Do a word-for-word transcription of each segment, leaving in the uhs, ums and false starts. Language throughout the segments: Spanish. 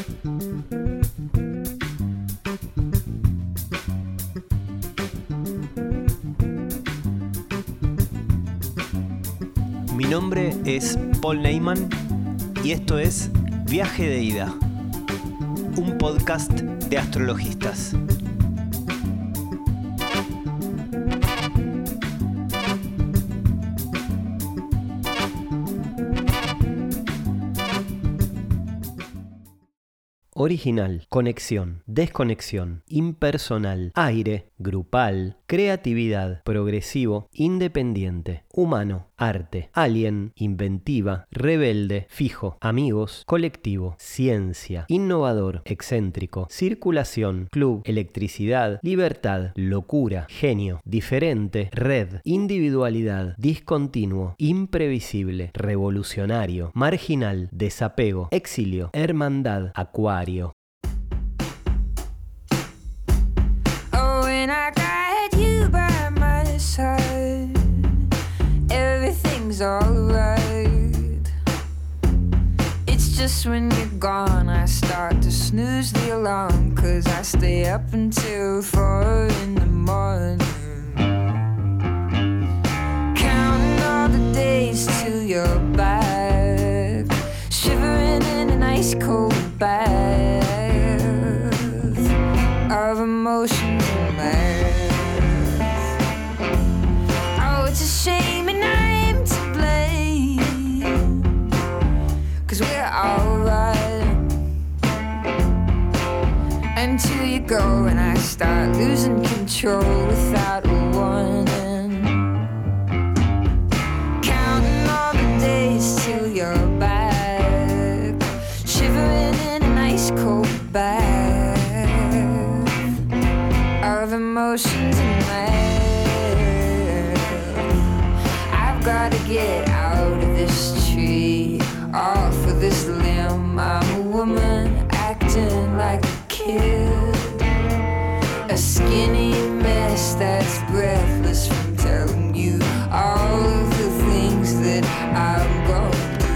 Mi nombre es Paul Neyman y esto es Viaje de Ida, un podcast de astrologistas. Original, conexión, desconexión, impersonal, aire, grupal, creatividad, progresivo, independiente, humano, arte, alien, inventiva, rebelde, fijo, amigos, colectivo, ciencia, innovador, excéntrico, circulación, club, electricidad, libertad, locura, genio, diferente, red, individualidad, discontinuo, imprevisible, revolucionario, marginal, desapego, exilio, hermandad, acuario. Everything's alright. It's just when you're gone I start to snooze the alarm, 'cause I stay up until four in the morning, counting all the days till you're back, shivering in an ice cold bath of emotions and math. Oh, it's a shame and I'm to blame, 'cause we're alright until you go and I start losing control without a warning, counting all the days till you're back, shivering in an ice cold bath of emotions and math. Gotta get out of this tree, off of this limb. I'm a woman acting like a kid, a skinny mess that's breathless from telling you all of the things that I'm gonna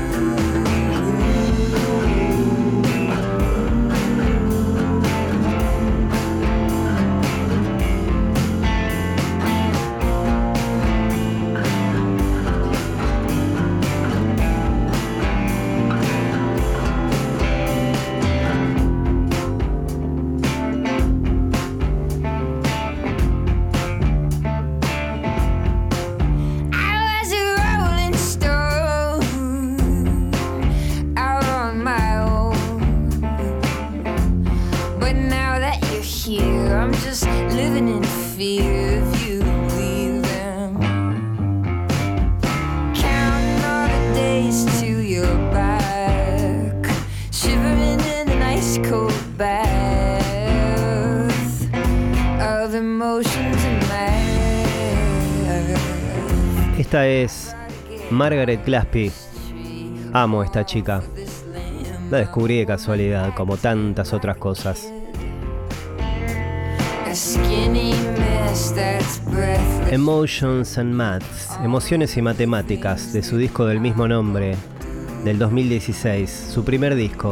Esta es Margaret Gillespie. Amo a esta chica. La descubrí de casualidad, como tantas otras cosas. Emotions and Maths, Emociones y Matemáticas, de su disco del mismo nombre, del dos mil dieciséis, su primer disco.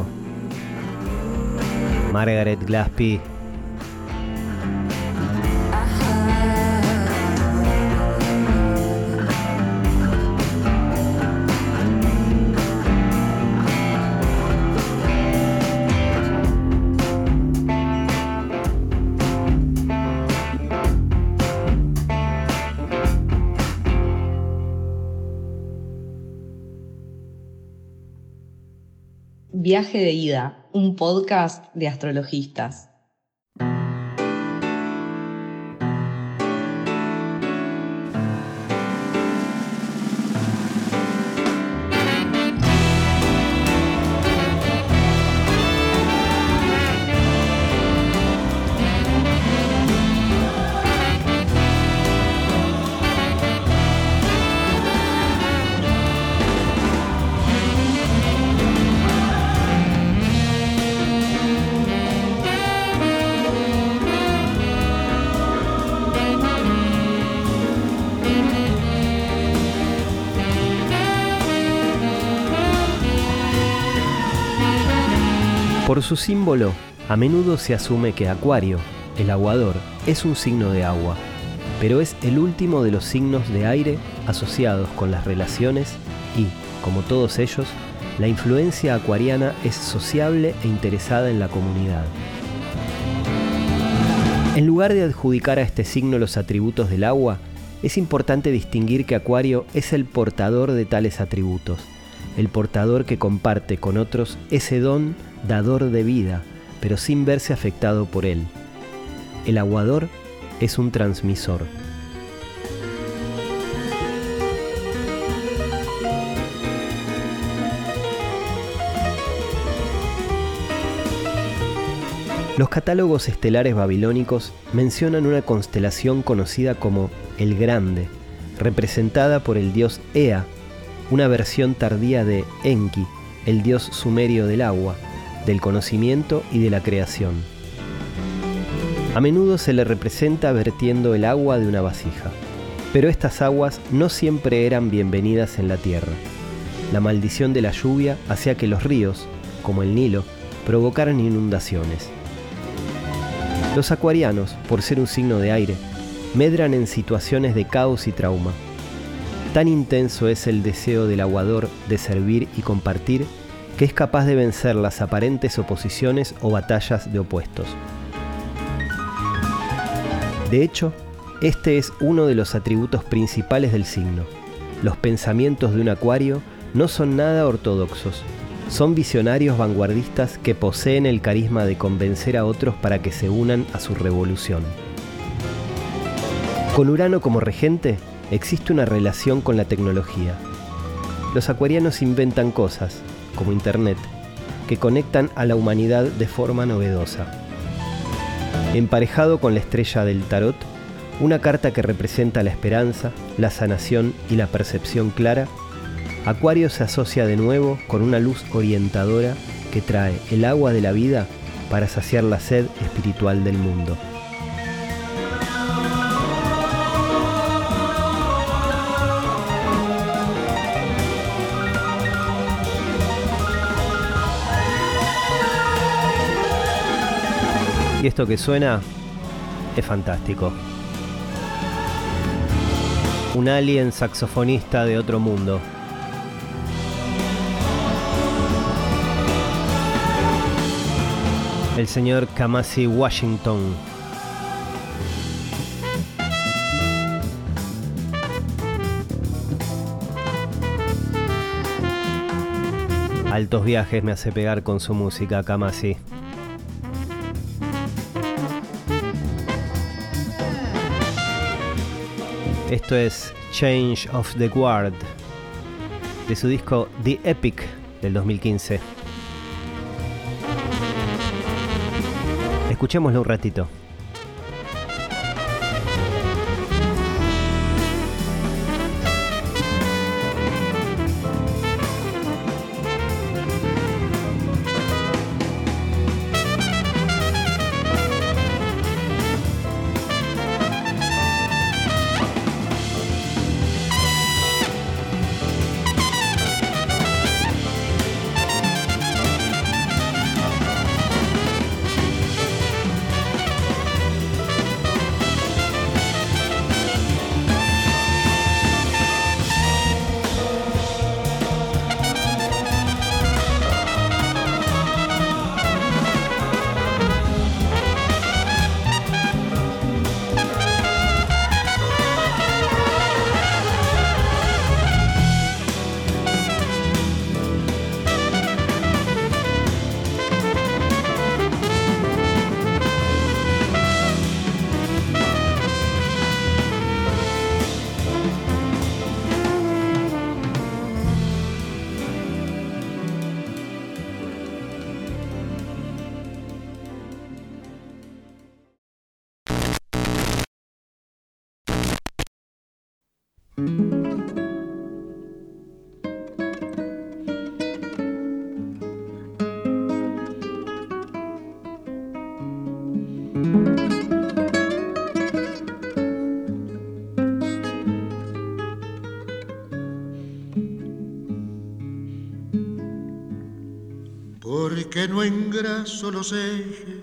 Margaret Gillespie. Viaje de Ida, un podcast de astrologistas. Por su símbolo, a menudo se asume que Acuario, el aguador, es un signo de agua, pero es el último de los signos de aire asociados con las relaciones y, como todos ellos, la influencia acuariana es sociable e interesada en la comunidad. En lugar de adjudicar a este signo los atributos del agua, es importante distinguir que Acuario es el portador de tales atributos, el portador que comparte con otros ese don dador de vida, pero sin verse afectado por él. El aguador es un transmisor. Los catálogos estelares babilónicos mencionan una constelación conocida como el Grande, representada por el dios Ea, una versión tardía de Enki, el dios sumerio del agua, del conocimiento y de la creación. A menudo se le representa vertiendo el agua de una vasija, pero estas aguas no siempre eran bienvenidas en la tierra. La maldición de la lluvia hacía que los ríos, como el Nilo, provocaran inundaciones. Los acuarianos, por ser un signo de aire, medran en situaciones de caos y trauma. Tan intenso es el deseo del aguador de servir y compartir que es capaz de vencer las aparentes oposiciones o batallas de opuestos. De hecho, este es uno de los atributos principales del signo. Los pensamientos de un acuario no son nada ortodoxos. Son visionarios vanguardistas que poseen el carisma de convencer a otros para que se unan a su revolución. Con Urano como regente, existe una relación con la tecnología. Los acuarianos inventan cosas, como Internet, que conectan a la humanidad de forma novedosa. Emparejado con la estrella del tarot, una carta que representa la esperanza, la sanación y la percepción clara, Acuario se asocia de nuevo con una luz orientadora que trae el agua de la vida para saciar la sed espiritual del mundo. Y esto que suena es fantástico. Un alien saxofonista de otro mundo. El señor Kamasi Washington. Altos viajes me hace pegar con su música, Kamasi. Esto es Change of the Guard, de su disco The Epic del dos mil quince. Escuchémoslo un ratito. Porque no engaño engraso los ejes,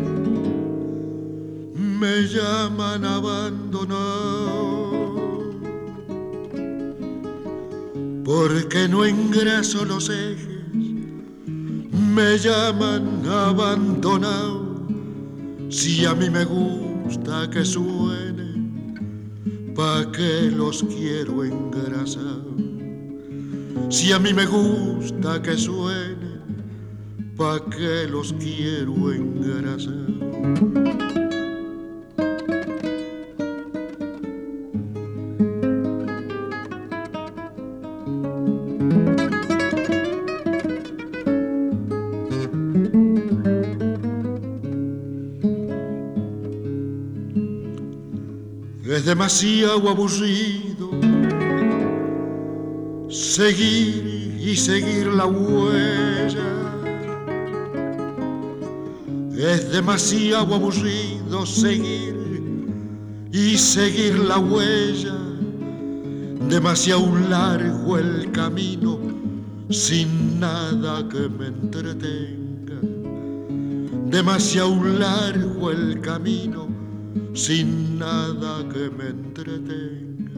me llaman abandonado. Porque no engraso los ejes, me llaman abandonado. Si a mí me gusta que suene, ¿pa' qué los quiero engrasar? Si a mí me gusta que suene, ¿pa' qué los quiero engrasar? Es demasiado aburrido seguir y seguir la huella. Es demasiado aburrido seguir y seguir la huella. Demasiado largo el camino sin nada que me entretenga. Demasiado largo el camino sin nada que me entretenga.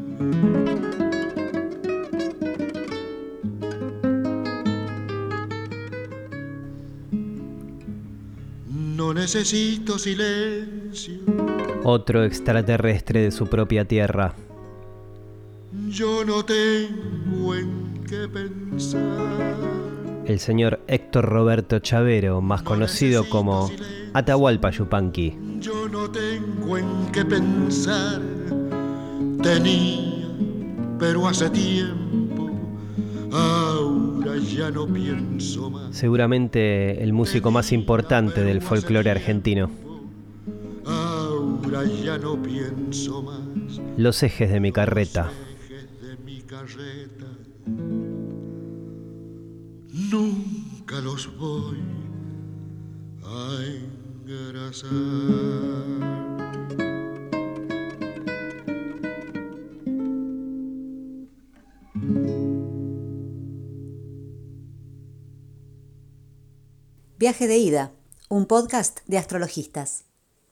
No necesito silencio. Otro extraterrestre de su propia tierra. Yo no tengo en qué pensar. El señor Héctor Roberto Chavero, más conocido como Atahualpa Yupanqui. Yo no tengo en qué pensar. Tenía, pero hace tiempo. Ahora ya no pienso más. Seguramente el músico más importante del folclore argentino. Ahora ya no pienso más. Los ejes de mi carreta. Los ejes de mi carreta. Nunca los voy a engrasar. Viaje de ida, un podcast de astrologistas.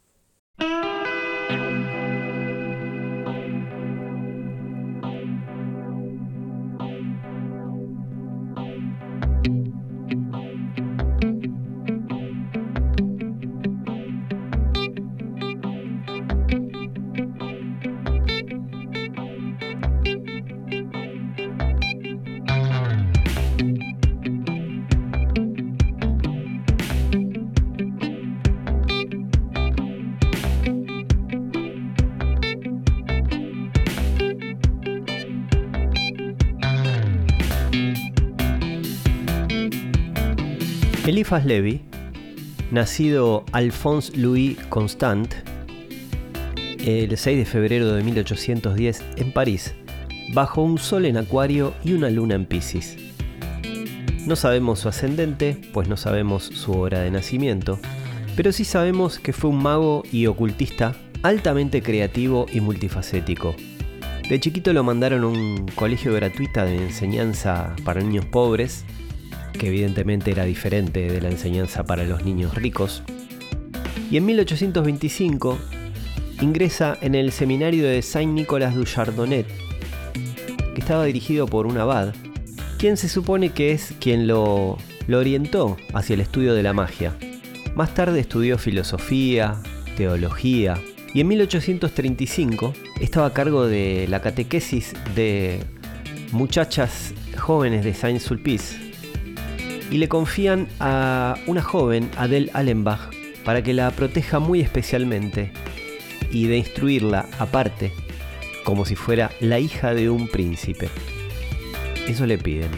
Eliphas Levi, nacido Alphonse Louis Constant el seis de febrero de mil ochocientos diez en París, bajo un sol en Acuario y una luna en Piscis. No sabemos su ascendente, pues no sabemos su hora de nacimiento, pero sí sabemos que fue un mago y ocultista altamente creativo y multifacético. De chiquito lo mandaron a un colegio gratuito de enseñanza para niños pobres, que evidentemente era diferente de la enseñanza para los niños ricos. Y en mil ochocientos veinticinco ingresa en el seminario de Saint-Nicolas du Chardonnet, que estaba dirigido por un abad, quien se supone que es quien lo, lo orientó hacia el estudio de la magia. Más tarde estudió filosofía, teología, y en mil ochocientos treinta y cinco estaba a cargo de la catequesis de muchachas jóvenes de Saint-Sulpice, y le confían a una joven, Adele Allenbach, para que la proteja muy especialmente y de instruirla aparte, como si fuera la hija de un príncipe. Eso le piden.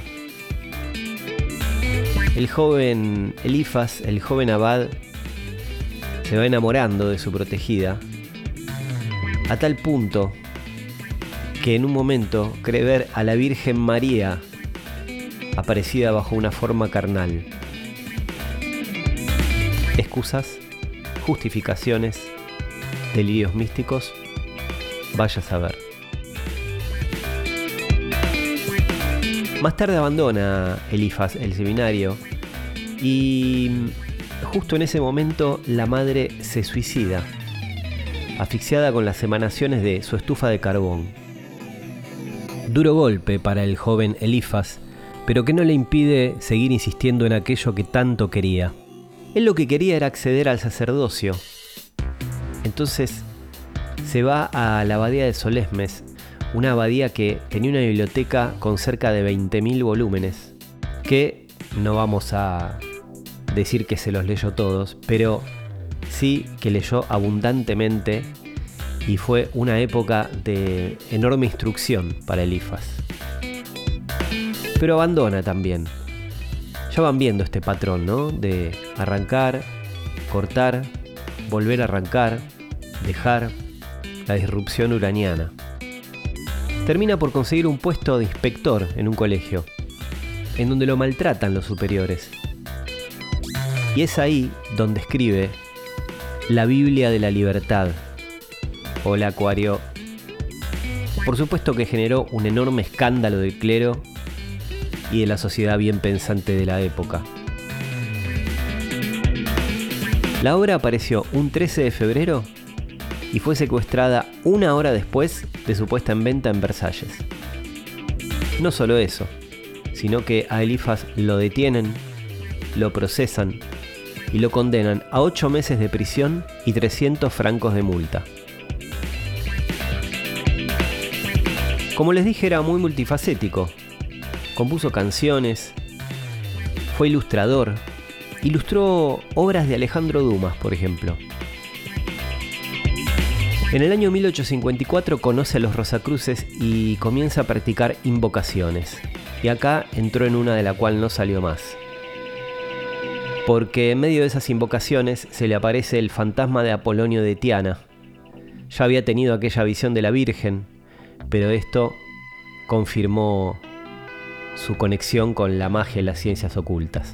El joven Eliphas, el joven abad, se va enamorando de su protegida, a tal punto que en un momento cree ver a la Virgen María aparecida bajo una forma carnal. Excusas, justificaciones, delirios místicos, vaya a saber. Más tarde abandona Eliphas el seminario y justo en ese momento la madre se suicida, asfixiada con las emanaciones de su estufa de carbón. Duro golpe para el joven Elifas, pero que no le impide seguir insistiendo en aquello que tanto quería. Él lo que quería era acceder al sacerdocio. Entonces se va a la abadía de Solesmes, una abadía que tenía una biblioteca con cerca de veinte mil volúmenes, que no vamos a decir que se los leyó todos, pero sí que leyó abundantemente y fue una época de enorme instrucción para Elifas. Pero abandona también. Ya van viendo este patrón, ¿no? De arrancar, cortar, volver a arrancar, dejar, la disrupción uraniana. Termina por conseguir un puesto de inspector en un colegio, en donde lo maltratan los superiores. Y es ahí donde escribe la Biblia de la Libertad. Hola, Acuario. Por supuesto que generó un enorme escándalo del clero y de la sociedad bien pensante de la época. La obra apareció un trece de febrero y fue secuestrada una hora después de su puesta en venta en Versalles. No solo eso, sino que a Elifas lo detienen, lo procesan y lo condenan a ocho meses de prisión y trescientos francos de multa. Como les dije, era muy multifacético. Compuso canciones, fue ilustrador, ilustró obras de Alejandro Dumas, por ejemplo. En el año mil ochocientos cincuenta y cuatro conoce a los Rosacruces y comienza a practicar invocaciones. Y acá entró en una de la cual no salió más. Porque en medio de esas invocaciones se le aparece el fantasma de Apolonio de Tiana. Ya había tenido aquella visión de la Virgen, pero esto confirmó su conexión con la magia y las ciencias ocultas.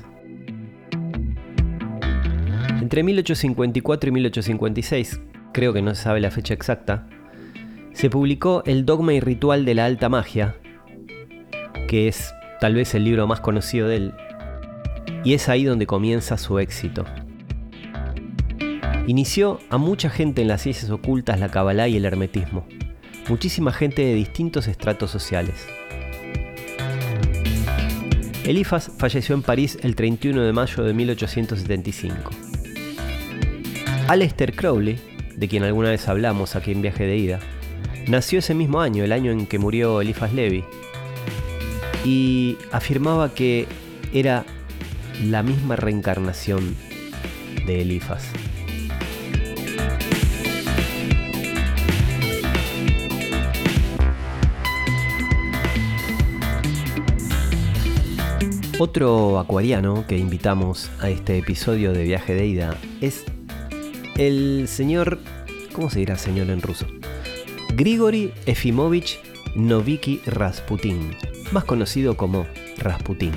Entre mil ochocientos cincuenta y cuatro y mil ochocientos cincuenta y seis, creo que no se sabe la fecha exacta, se publicó El Dogma y Ritual de la Alta Magia, que es tal vez el libro más conocido de él, y es ahí donde comienza su éxito. Inició a mucha gente en las ciencias ocultas, la cabalá y el hermetismo, muchísima gente de distintos estratos sociales. Elifas falleció en París el treinta y uno de mayo de mil ochocientos setenta y cinco. Aleister Crowley, de quien alguna vez hablamos aquí en Viaje de Ida, nació ese mismo año, el año en que murió Eliphas Levi, y afirmaba que era la misma reencarnación de Elifas. Otro acuariano que invitamos a este episodio de Viaje de Ida es el señor, ¿cómo se dirá señor en ruso? Grigori Efimovich Noviki Rasputin, más conocido como Rasputin.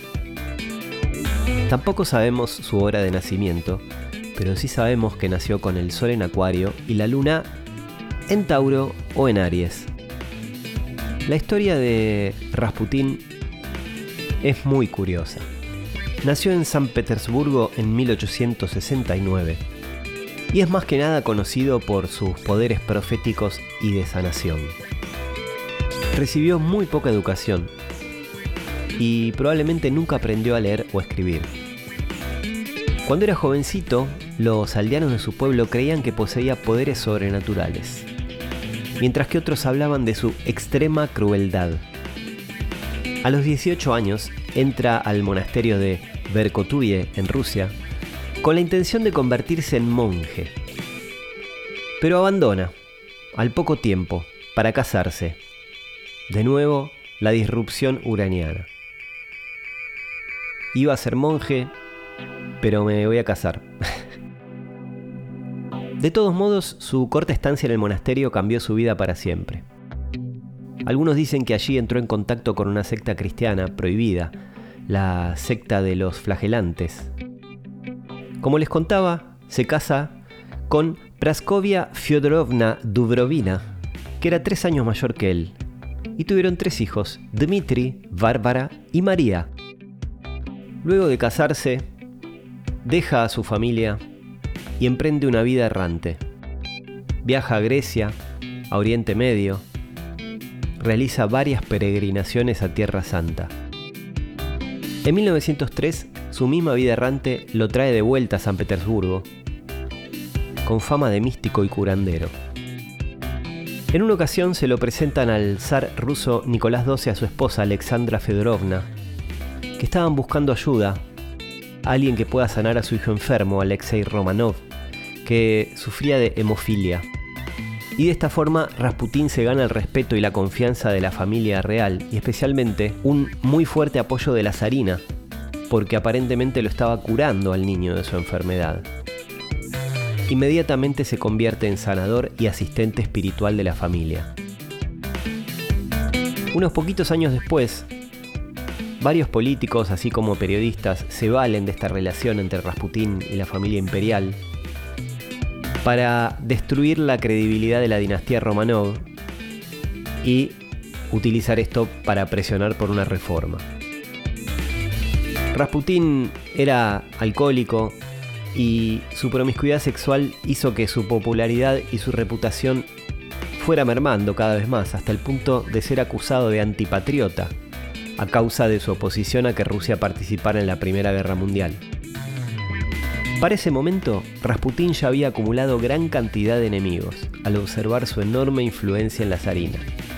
Tampoco sabemos su hora de nacimiento, pero sí sabemos que nació con el sol en Acuario y la luna en Tauro o en Aries. La historia de Rasputin es muy curiosa. Nació en San Petersburgo en mil ochocientos sesenta y nueve y es más que nada conocido por sus poderes proféticos y de sanación. Recibió muy poca educación y probablemente nunca aprendió a leer o escribir. Cuando era jovencito, los aldeanos de su pueblo creían que poseía poderes sobrenaturales, mientras que otros hablaban de su extrema crueldad. A los dieciocho años entra al monasterio de Verkhotuye en Rusia con la intención de convertirse en monje, pero abandona al poco tiempo para casarse. De nuevo, la disrupción uraniana. Iba a ser monje, pero me voy a casar. De todos modos, su corta estancia en el monasterio cambió su vida para siempre. Algunos dicen que allí entró en contacto con una secta cristiana prohibida, la secta de los flagelantes. Como les contaba, se casa con Praskovia Fyodorovna Dubrovina, que era tres años mayor que él, y tuvieron tres hijos, Dmitri, Bárbara y María. Luego de casarse, deja a su familia y emprende una vida errante. Viaja a Grecia, a Oriente Medio, realiza varias peregrinaciones a Tierra Santa. En mil novecientos tres, su misma vida errante lo trae de vuelta a San Petersburgo, con fama de místico y curandero. En una ocasión se lo presentan al zar ruso Nicolás doce a su esposa Alexandra Fedorovna, que estaban buscando ayuda, alguien que pueda sanar a su hijo enfermo, Alexei Romanov, que sufría de hemofilia. Y de esta forma Rasputín se gana el respeto y la confianza de la familia real, y especialmente un muy fuerte apoyo de la zarina, porque aparentemente lo estaba curando al niño de su enfermedad. Inmediatamente se convierte en sanador y asistente espiritual de la familia. Unos poquitos años después, varios políticos, así como periodistas, se valen de esta relación entre Rasputín y la familia imperial para destruir la credibilidad de la dinastía Romanov y utilizar esto para presionar por una reforma. Rasputín era alcohólico y su promiscuidad sexual hizo que su popularidad y su reputación fuera mermando cada vez más, hasta el punto de ser acusado de antipatriota a causa de su oposición a que Rusia participara en la Primera Guerra Mundial. Para ese momento, Rasputín ya había acumulado gran cantidad de enemigos al observar su enorme influencia en la zarina.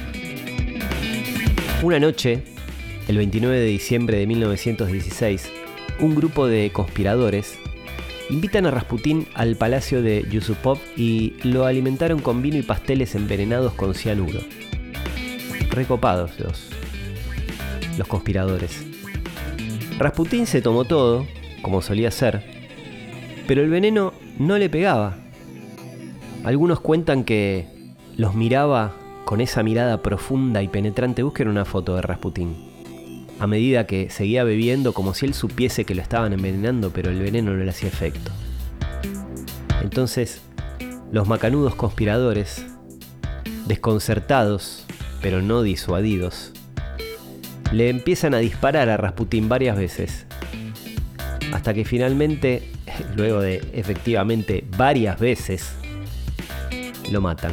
Una noche, el veintinueve de diciembre de mil novecientos dieciséis, un grupo de conspiradores invitan a Rasputín al palacio de Yusupov y lo alimentaron con vino y pasteles envenenados con cianuro. Recopados los, los conspiradores. Rasputín se tomó todo, como solía hacer, pero el veneno no le pegaba. Algunos cuentan que los miraba con esa mirada profunda y penetrante. Busquen una foto de Rasputín. A medida que seguía bebiendo, como si él supiese que lo estaban envenenando, pero el veneno no le hacía efecto. Entonces, los macanudos conspiradores, desconcertados, pero no disuadidos, le empiezan a disparar a Rasputín varias veces, hasta que finalmente, luego de efectivamente varias veces, lo matan.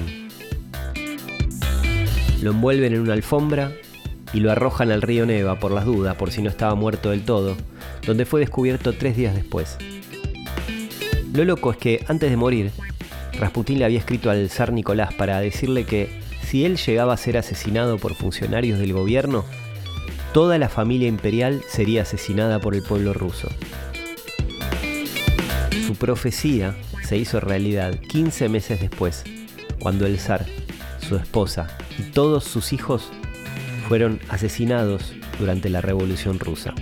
Lo envuelven en una alfombra y lo arrojan al río Neva por las dudas, por si no estaba muerto del todo, donde fue descubierto tres días después. Lo loco es que, antes de morir, Rasputín le había escrito al zar Nicolás para decirle que si él llegaba a ser asesinado por funcionarios del gobierno, toda la familia imperial sería asesinada por el pueblo ruso. Su profecía se hizo realidad quince meses después, cuando el zar, su esposa y todos sus hijos fueron asesinados durante la Revolución Rusa.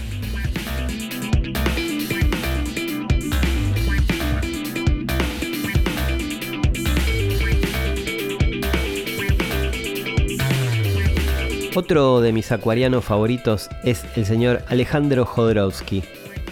Otro de mis acuarianos favoritos es el señor Alejandro Jodorowsky.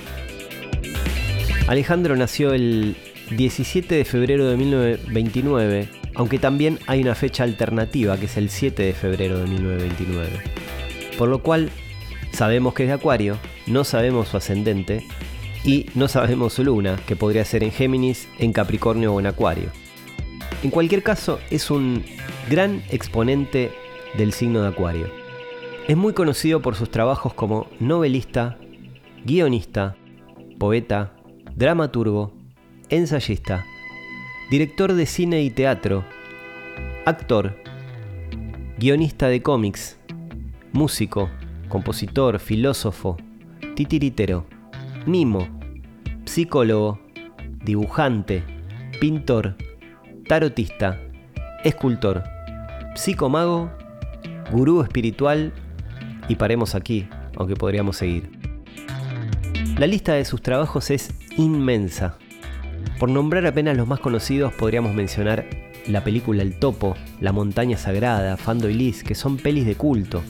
Alejandro nació el diecisiete de febrero de mil novecientos veintinueve, aunque también hay una fecha alternativa que es el siete de febrero de mil novecientos veintinueve. Por lo cual sabemos que es de Acuario, no sabemos su ascendente y no sabemos su luna, que podría ser en Géminis, en Capricornio o en Acuario. En cualquier caso, es un gran exponente del signo de Acuario. Es muy conocido por sus trabajos como novelista, guionista, poeta, dramaturgo, ensayista, director de cine y teatro, actor, guionista de cómics, músico, compositor, filósofo, titiritero, mimo, psicólogo, dibujante, pintor, tarotista, escultor, psicomago, gurú espiritual y paremos aquí, aunque podríamos seguir. La lista de sus trabajos es inmensa. Por nombrar apenas los más conocidos podríamos mencionar la película El Topo, La Montaña Sagrada, Fando y Lis, que son pelis de culto.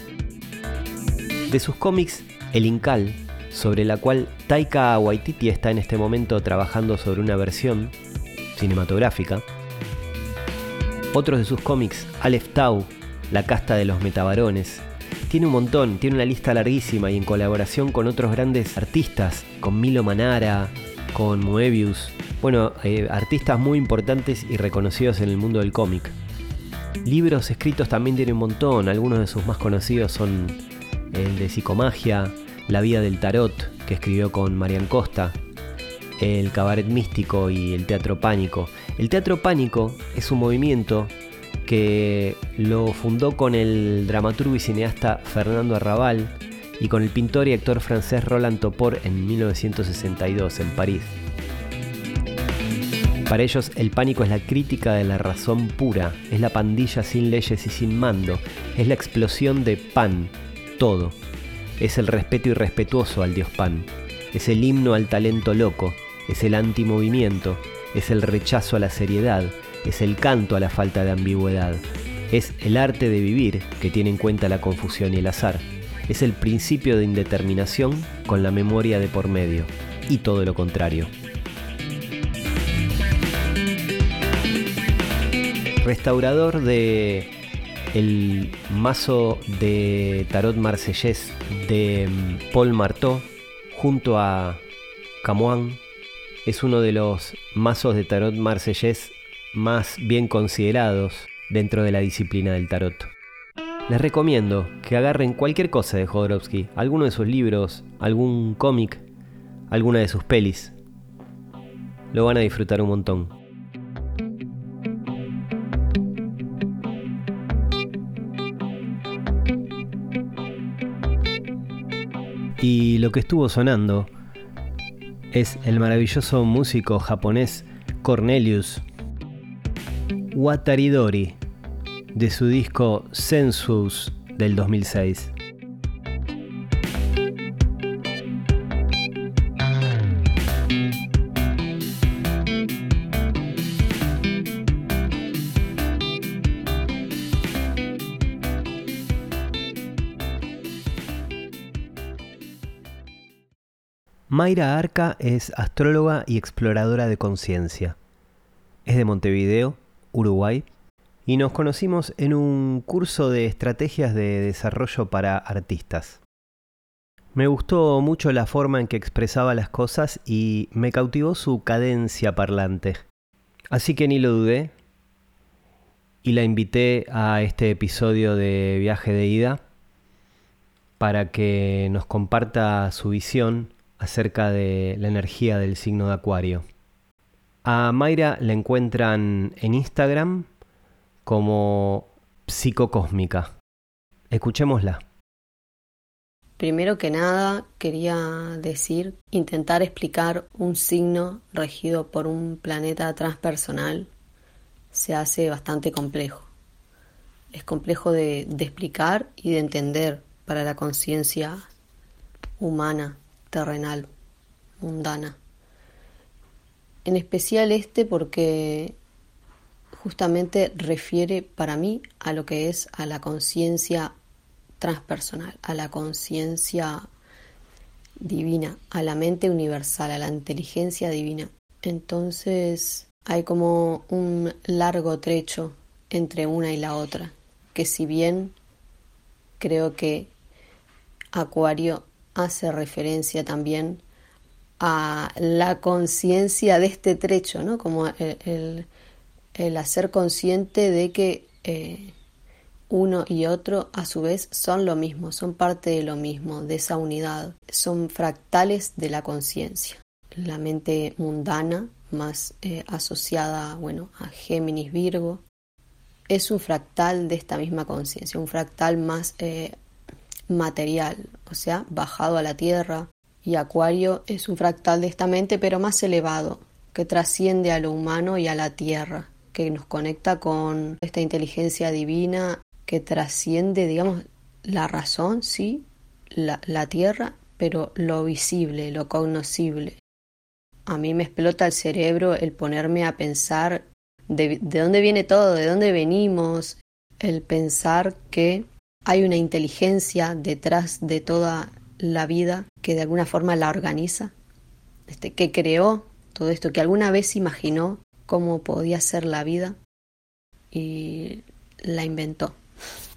De sus cómics, El Incal, sobre la cual Taika Waititi está en este momento trabajando sobre una versión cinematográfica. Otros de sus cómics, Aleph Tau, La Casta de los Metabarones, Tiene un montón, tiene una lista larguísima y en colaboración con otros grandes artistas, con Milo Manara, con Moebius, bueno, eh, artistas muy importantes y reconocidos en el mundo del cómic. Libros escritos también tiene un montón, algunos de sus más conocidos son el de Psicomagia, La vida del tarot, que escribió con Marian Costa, el Cabaret Místico y el Teatro Pánico. El Teatro Pánico es un movimiento que lo fundó con el dramaturgo y cineasta Fernando Arrabal y con el pintor y actor francés Roland Topor en mil novecientos sesenta y dos en París. Para ellos el pánico es la crítica de la razón pura, es la pandilla sin leyes y sin mando, es la explosión de Pan, todo. Es el respeto irrespetuoso al dios Pan, es el himno al talento loco, es el antimovimiento, es el rechazo a la seriedad, es el canto a la falta de ambigüedad, es el arte de vivir que tiene en cuenta la confusión y el azar, es el principio de indeterminación con la memoria de por medio, y todo lo contrario. Restaurador de el mazo de tarot marsellés de Paul Marteau junto a Camoin, es uno de los mazos de tarot marsellés más bien considerados dentro de la disciplina del tarot. Les recomiendo que agarren cualquier cosa de Jodorowsky, alguno de sus libros, algún cómic, alguna de sus pelis. Lo van a disfrutar un montón. Y lo que estuvo sonando es el maravilloso músico japonés Cornelius Wataridori, de su disco Sensuous del dos mil seis. Mayra Arca es astróloga y exploradora de conciencia. Es de Montevideo, Uruguay, y nos conocimos en un curso de estrategias de desarrollo para artistas. Me gustó mucho la forma en que expresaba las cosas y me cautivó su cadencia parlante. Así que ni lo dudé y la invité a este episodio de Viaje de Ida para que nos comparta su visión acerca de la energía del signo de Acuario. A Mayra la encuentran en Instagram como Psicocósmica. Escuchémosla. Primero que nada, quería decir, intentar explicar un signo regido por un planeta transpersonal se hace bastante complejo. Es complejo de, de explicar y de entender para la conciencia humana, terrenal, mundana. En especial este porque justamente refiere para mí a lo que es a la conciencia transpersonal, a la conciencia divina, a la mente universal, a la inteligencia divina. Entonces hay como un largo trecho entre una y la otra, que si bien creo que Acuario hace referencia también a la conciencia de este trecho, ¿no? Como el, el, el hacer consciente de que eh, uno y otro a su vez son lo mismo, son parte de lo mismo, de esa unidad, son fractales de la conciencia. La mente mundana, más eh, asociada, bueno, a Géminis, Virgo, es un fractal de esta misma conciencia, un fractal más eh, material, o sea, bajado a la tierra, y Acuario es un fractal de esta mente, pero más elevado, que trasciende a lo humano y a la tierra, que nos conecta con esta inteligencia divina, que trasciende, digamos, la razón, sí, la, la tierra, pero lo visible, lo cognoscible. A mí me explota el cerebro el ponerme a pensar de, de dónde viene todo, de dónde venimos, el pensar que hay una inteligencia detrás de toda la vida que de alguna forma la organiza, este, que creó todo esto, que alguna vez imaginó cómo podía ser la vida y la inventó.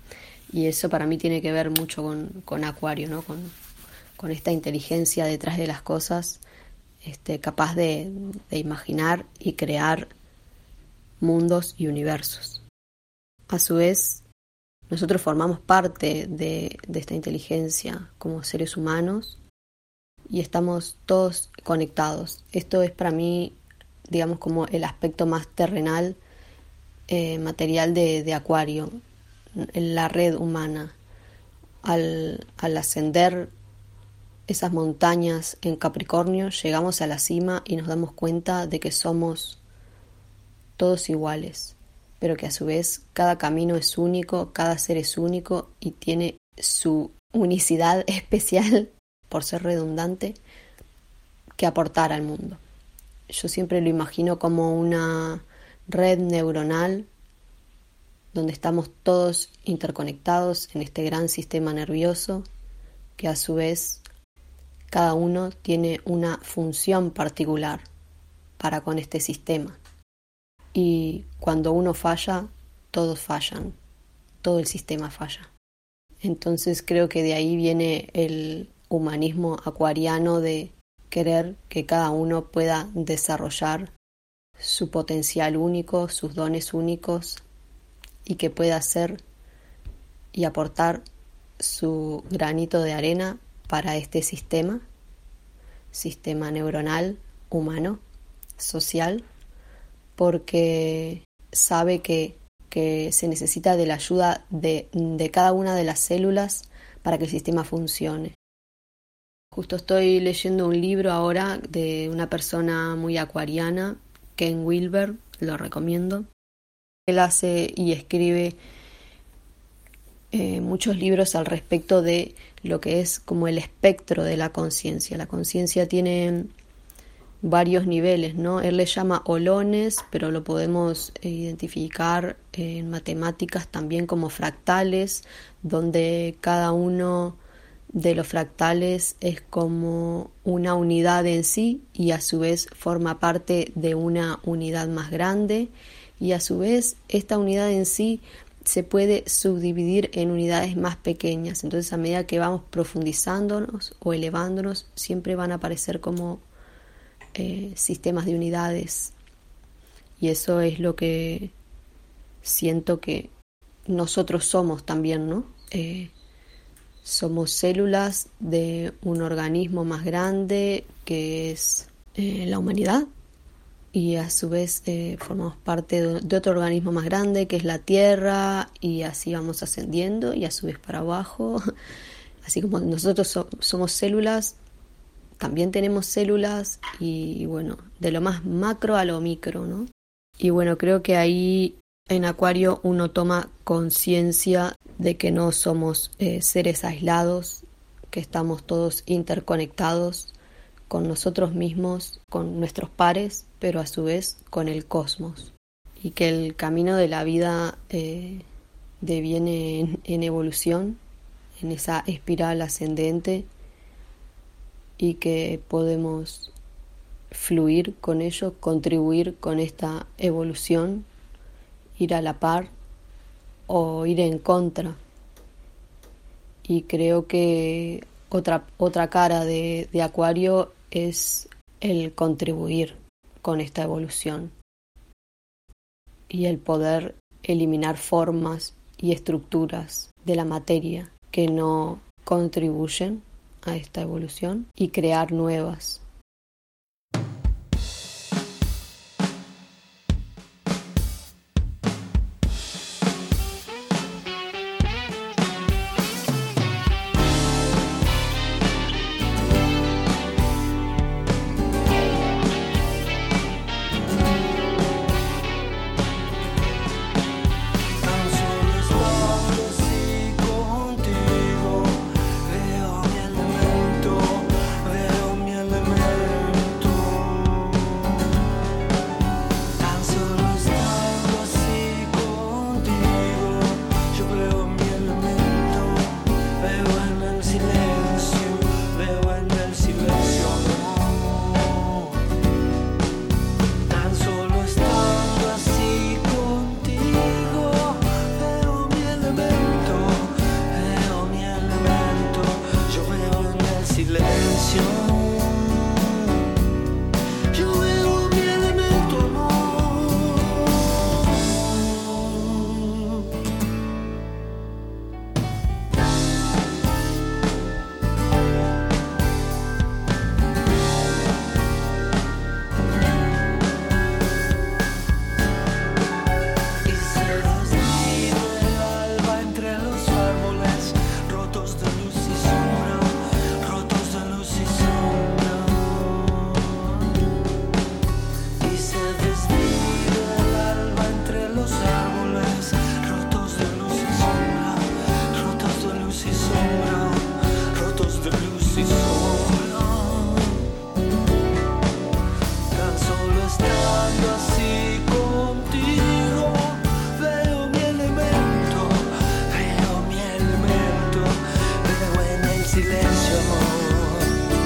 Y eso para mí tiene que ver mucho con, con Acuario, ¿no? Con, con esta inteligencia detrás de las cosas, este, capaz de, de imaginar y crear mundos y universos. A su vez, nosotros formamos parte de, de esta inteligencia como seres humanos y estamos todos conectados. Esto es para mí, digamos, como el aspecto más terrenal, eh, material de, de Acuario, en la red humana. Al, al ascender esas montañas en Capricornio, llegamos a la cima y nos damos cuenta de que somos todos iguales, pero que a su vez cada camino es único, cada ser es único y tiene su unicidad especial, por ser redundante, que aportar al mundo. Yo siempre lo imagino como una red neuronal donde estamos todos interconectados en este gran sistema nervioso, que a su vez cada uno tiene una función particular para con este sistema. Y cuando uno falla, todos fallan, todo el sistema falla. Entonces creo que de ahí viene el humanismo acuariano de querer que cada uno pueda desarrollar su potencial único, sus dones únicos, y que pueda hacer y aportar su granito de arena para este sistema, sistema neuronal, humano, social, porque sabe que, que se necesita de la ayuda de, de cada una de las células para que el sistema funcione. Justo estoy leyendo un libro ahora de una persona muy acuariana, Ken Wilber, lo recomiendo. Él hace y escribe eh, muchos libros al respecto de lo que es como el espectro de la conciencia. La conciencia tiene varios niveles, ¿no? Él le llama holones, pero lo podemos identificar en matemáticas también como fractales, donde cada uno de los fractales es como una unidad en sí y a su vez forma parte de una unidad más grande, y a su vez esta unidad en sí se puede subdividir en unidades más pequeñas. Entonces, a medida que vamos profundizándonos o elevándonos, siempre van a aparecer como eh, sistemas de unidades, y eso es lo que siento que nosotros somos también, ¿no? Eh, somos células de un organismo más grande que es eh, la humanidad, y a su vez eh, formamos parte de, de otro organismo más grande que es la Tierra, y así vamos ascendiendo y a su vez para abajo. Así como nosotros so, somos células, también tenemos células, y bueno, de lo más macro a lo micro, ¿no? Y bueno, creo que ahí en Acuario uno toma conciencia de que no somos eh, seres aislados, que estamos todos interconectados con nosotros mismos, con nuestros pares, pero a su vez con el cosmos. Y que el camino de la vida eh, deviene en, en evolución, en esa espiral ascendente, y que podemos fluir con ello, contribuir con esta evolución, ir a la par o ir en contra. Y creo que otra, otra cara de, de Acuario es el contribuir con esta evolución y el poder eliminar formas y estructuras de la materia que no contribuyen a esta evolución y crear nuevas. Veo mi elemento, veo mi elemento. estando así contigo, veo mi elemento, veo mi elemento, veo en el silencio amor,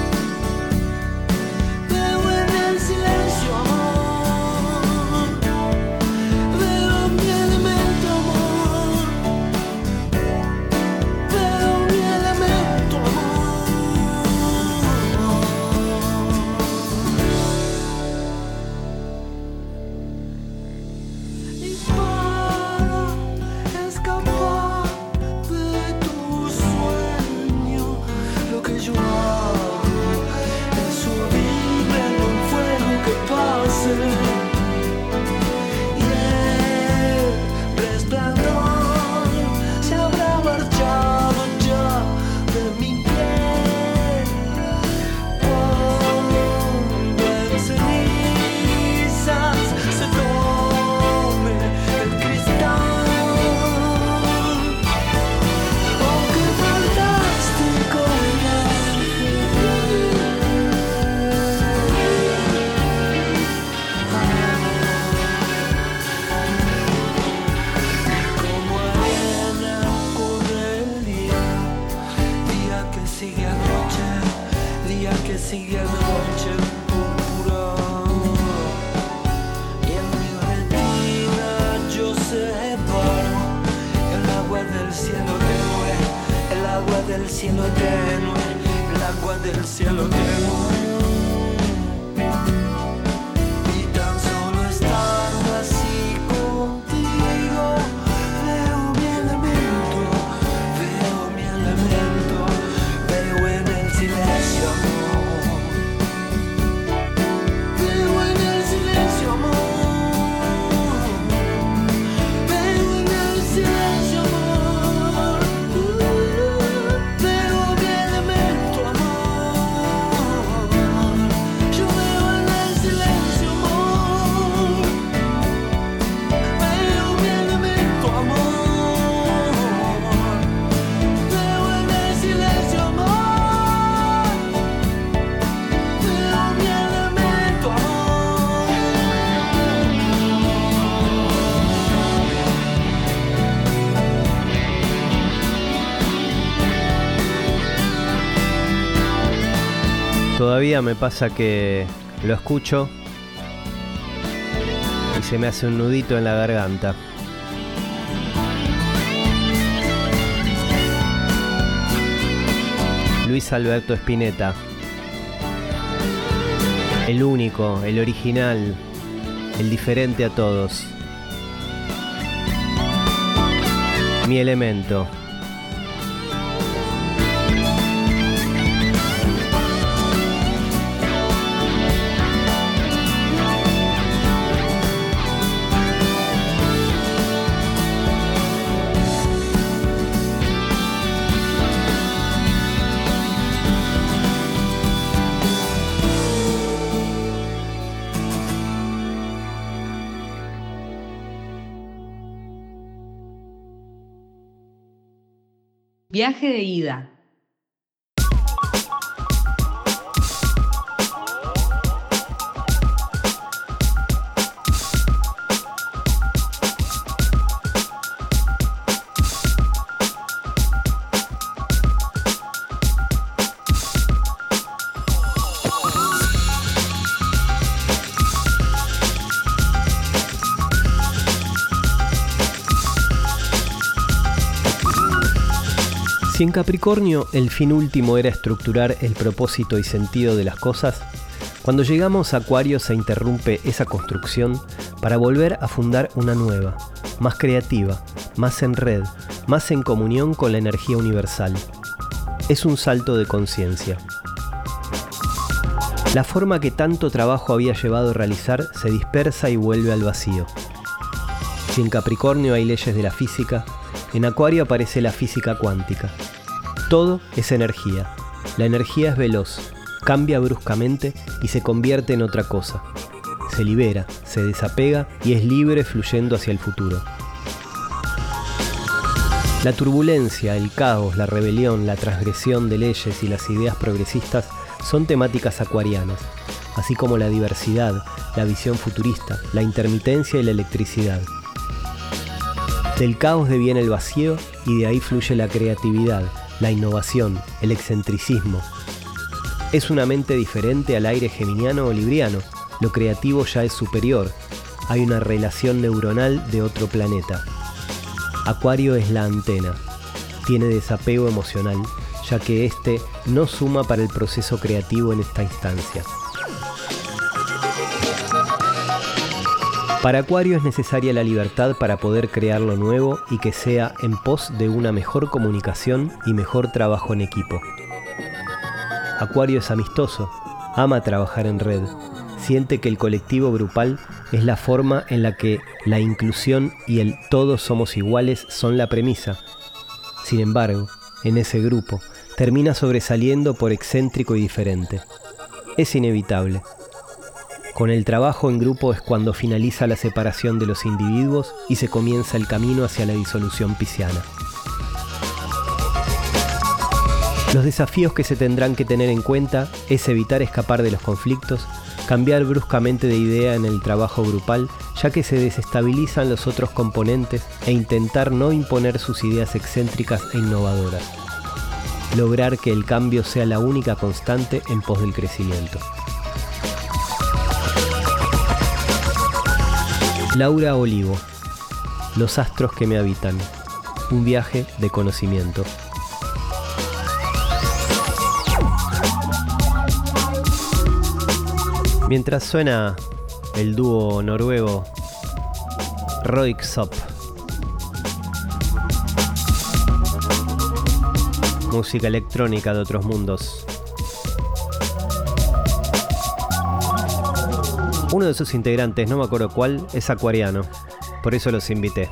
veo en el silencio amor, veo mi elemento amor, veo mi elemento amor. Y para escapar de tu sueño, lo que yo hago es subirme en un fuego que pase, y el resplandor se habrá marchado ya de mi piel, cuando en cenizas se tome el cristal. Oh, qué fantástico como arena corre el día, día que sigue a noche, día que sigue a noche púrpura. Y en mi retina yo separo el agua del cielo tenue, el agua del cielo tenue, el agua del cielo tenue. Y tan solo estando así contigo, veo mi elemento, veo mi elemento, veo en el silencio amor, veo en el silencio amor, veo en el silencio amor, veo mi elemento amor, yo veo en el silencio amor, veo mi elemento amor, veo en el silencio amor, veo mi elemento amor. Todavía me pasa que lo escucho y se me hace un nudito en la garganta. Luis Alberto Spinetta, el único, el original, el diferente a todos. Mi elemento. Viaje de ida. Si en Capricornio el fin último era estructurar el propósito y sentido de las cosas, cuando llegamos a Acuario se interrumpe esa construcción para volver a fundar una nueva, más creativa, más en red, más en comunión con la energía universal. Es un salto de conciencia. La forma que tanto trabajo había llevado a realizar se dispersa y vuelve al vacío. Si en Capricornio hay leyes de la física, en Acuario aparece la física cuántica. Todo es energía. La energía es veloz, cambia bruscamente y se convierte en otra cosa. Se libera, se desapega y es libre fluyendo hacia el futuro. La turbulencia, el caos, la rebelión, la transgresión de leyes y las ideas progresistas son temáticas acuarianas, así como la diversidad, la visión futurista, la intermitencia y la electricidad. Del caos deviene el vacío y de ahí fluye la creatividad, la innovación, el excentricismo. Es una mente diferente al aire geminiano o libriano. Lo creativo ya es superior. Hay una relación neuronal de otro planeta. Acuario es la antena. Tiene desapego emocional, ya que éste no suma para el proceso creativo en esta instancia. Para Acuario es necesaria la libertad para poder crear lo nuevo y que sea en pos de una mejor comunicación y mejor trabajo en equipo. Acuario es amistoso, ama trabajar en red, siente que el colectivo grupal es la forma en la que la inclusión y el todos somos iguales son la premisa. Sin embargo, en ese grupo, termina sobresaliendo por excéntrico y diferente. Es inevitable. Con el trabajo en grupo es cuando finaliza la separación de los individuos y se comienza el camino hacia la disolución pisciana. Los desafíos que se tendrán que tener en cuenta es evitar escapar de los conflictos, cambiar bruscamente de idea en el trabajo grupal, ya que se desestabilizan los otros componentes, e intentar no imponer sus ideas excéntricas e innovadoras. Lograr que el cambio sea la única constante en pos del crecimiento. Laura Olivo, Los astros que me habitan, un viaje de conocimiento. Mientras suena el dúo noruego Röyksopp, música electrónica de otros mundos. Uno de sus integrantes, no me acuerdo cuál, es acuariano, por eso los invité.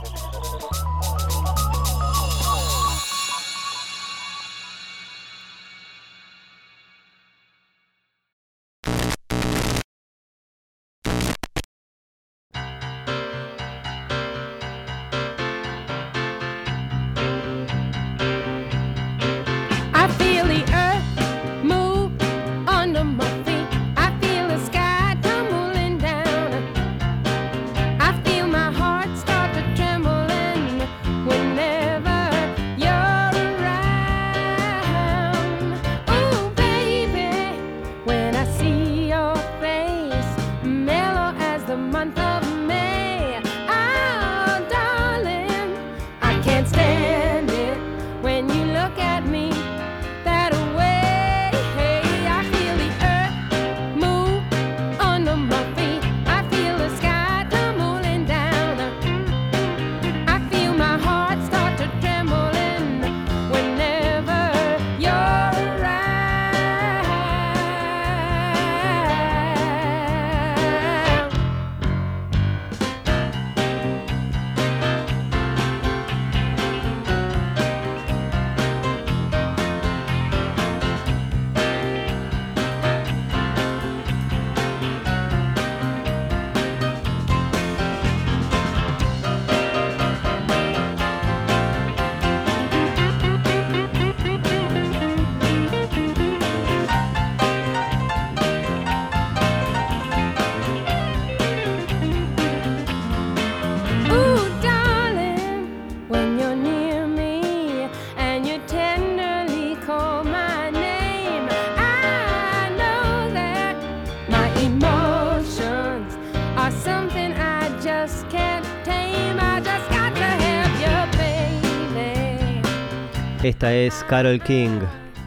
Esta es Carole King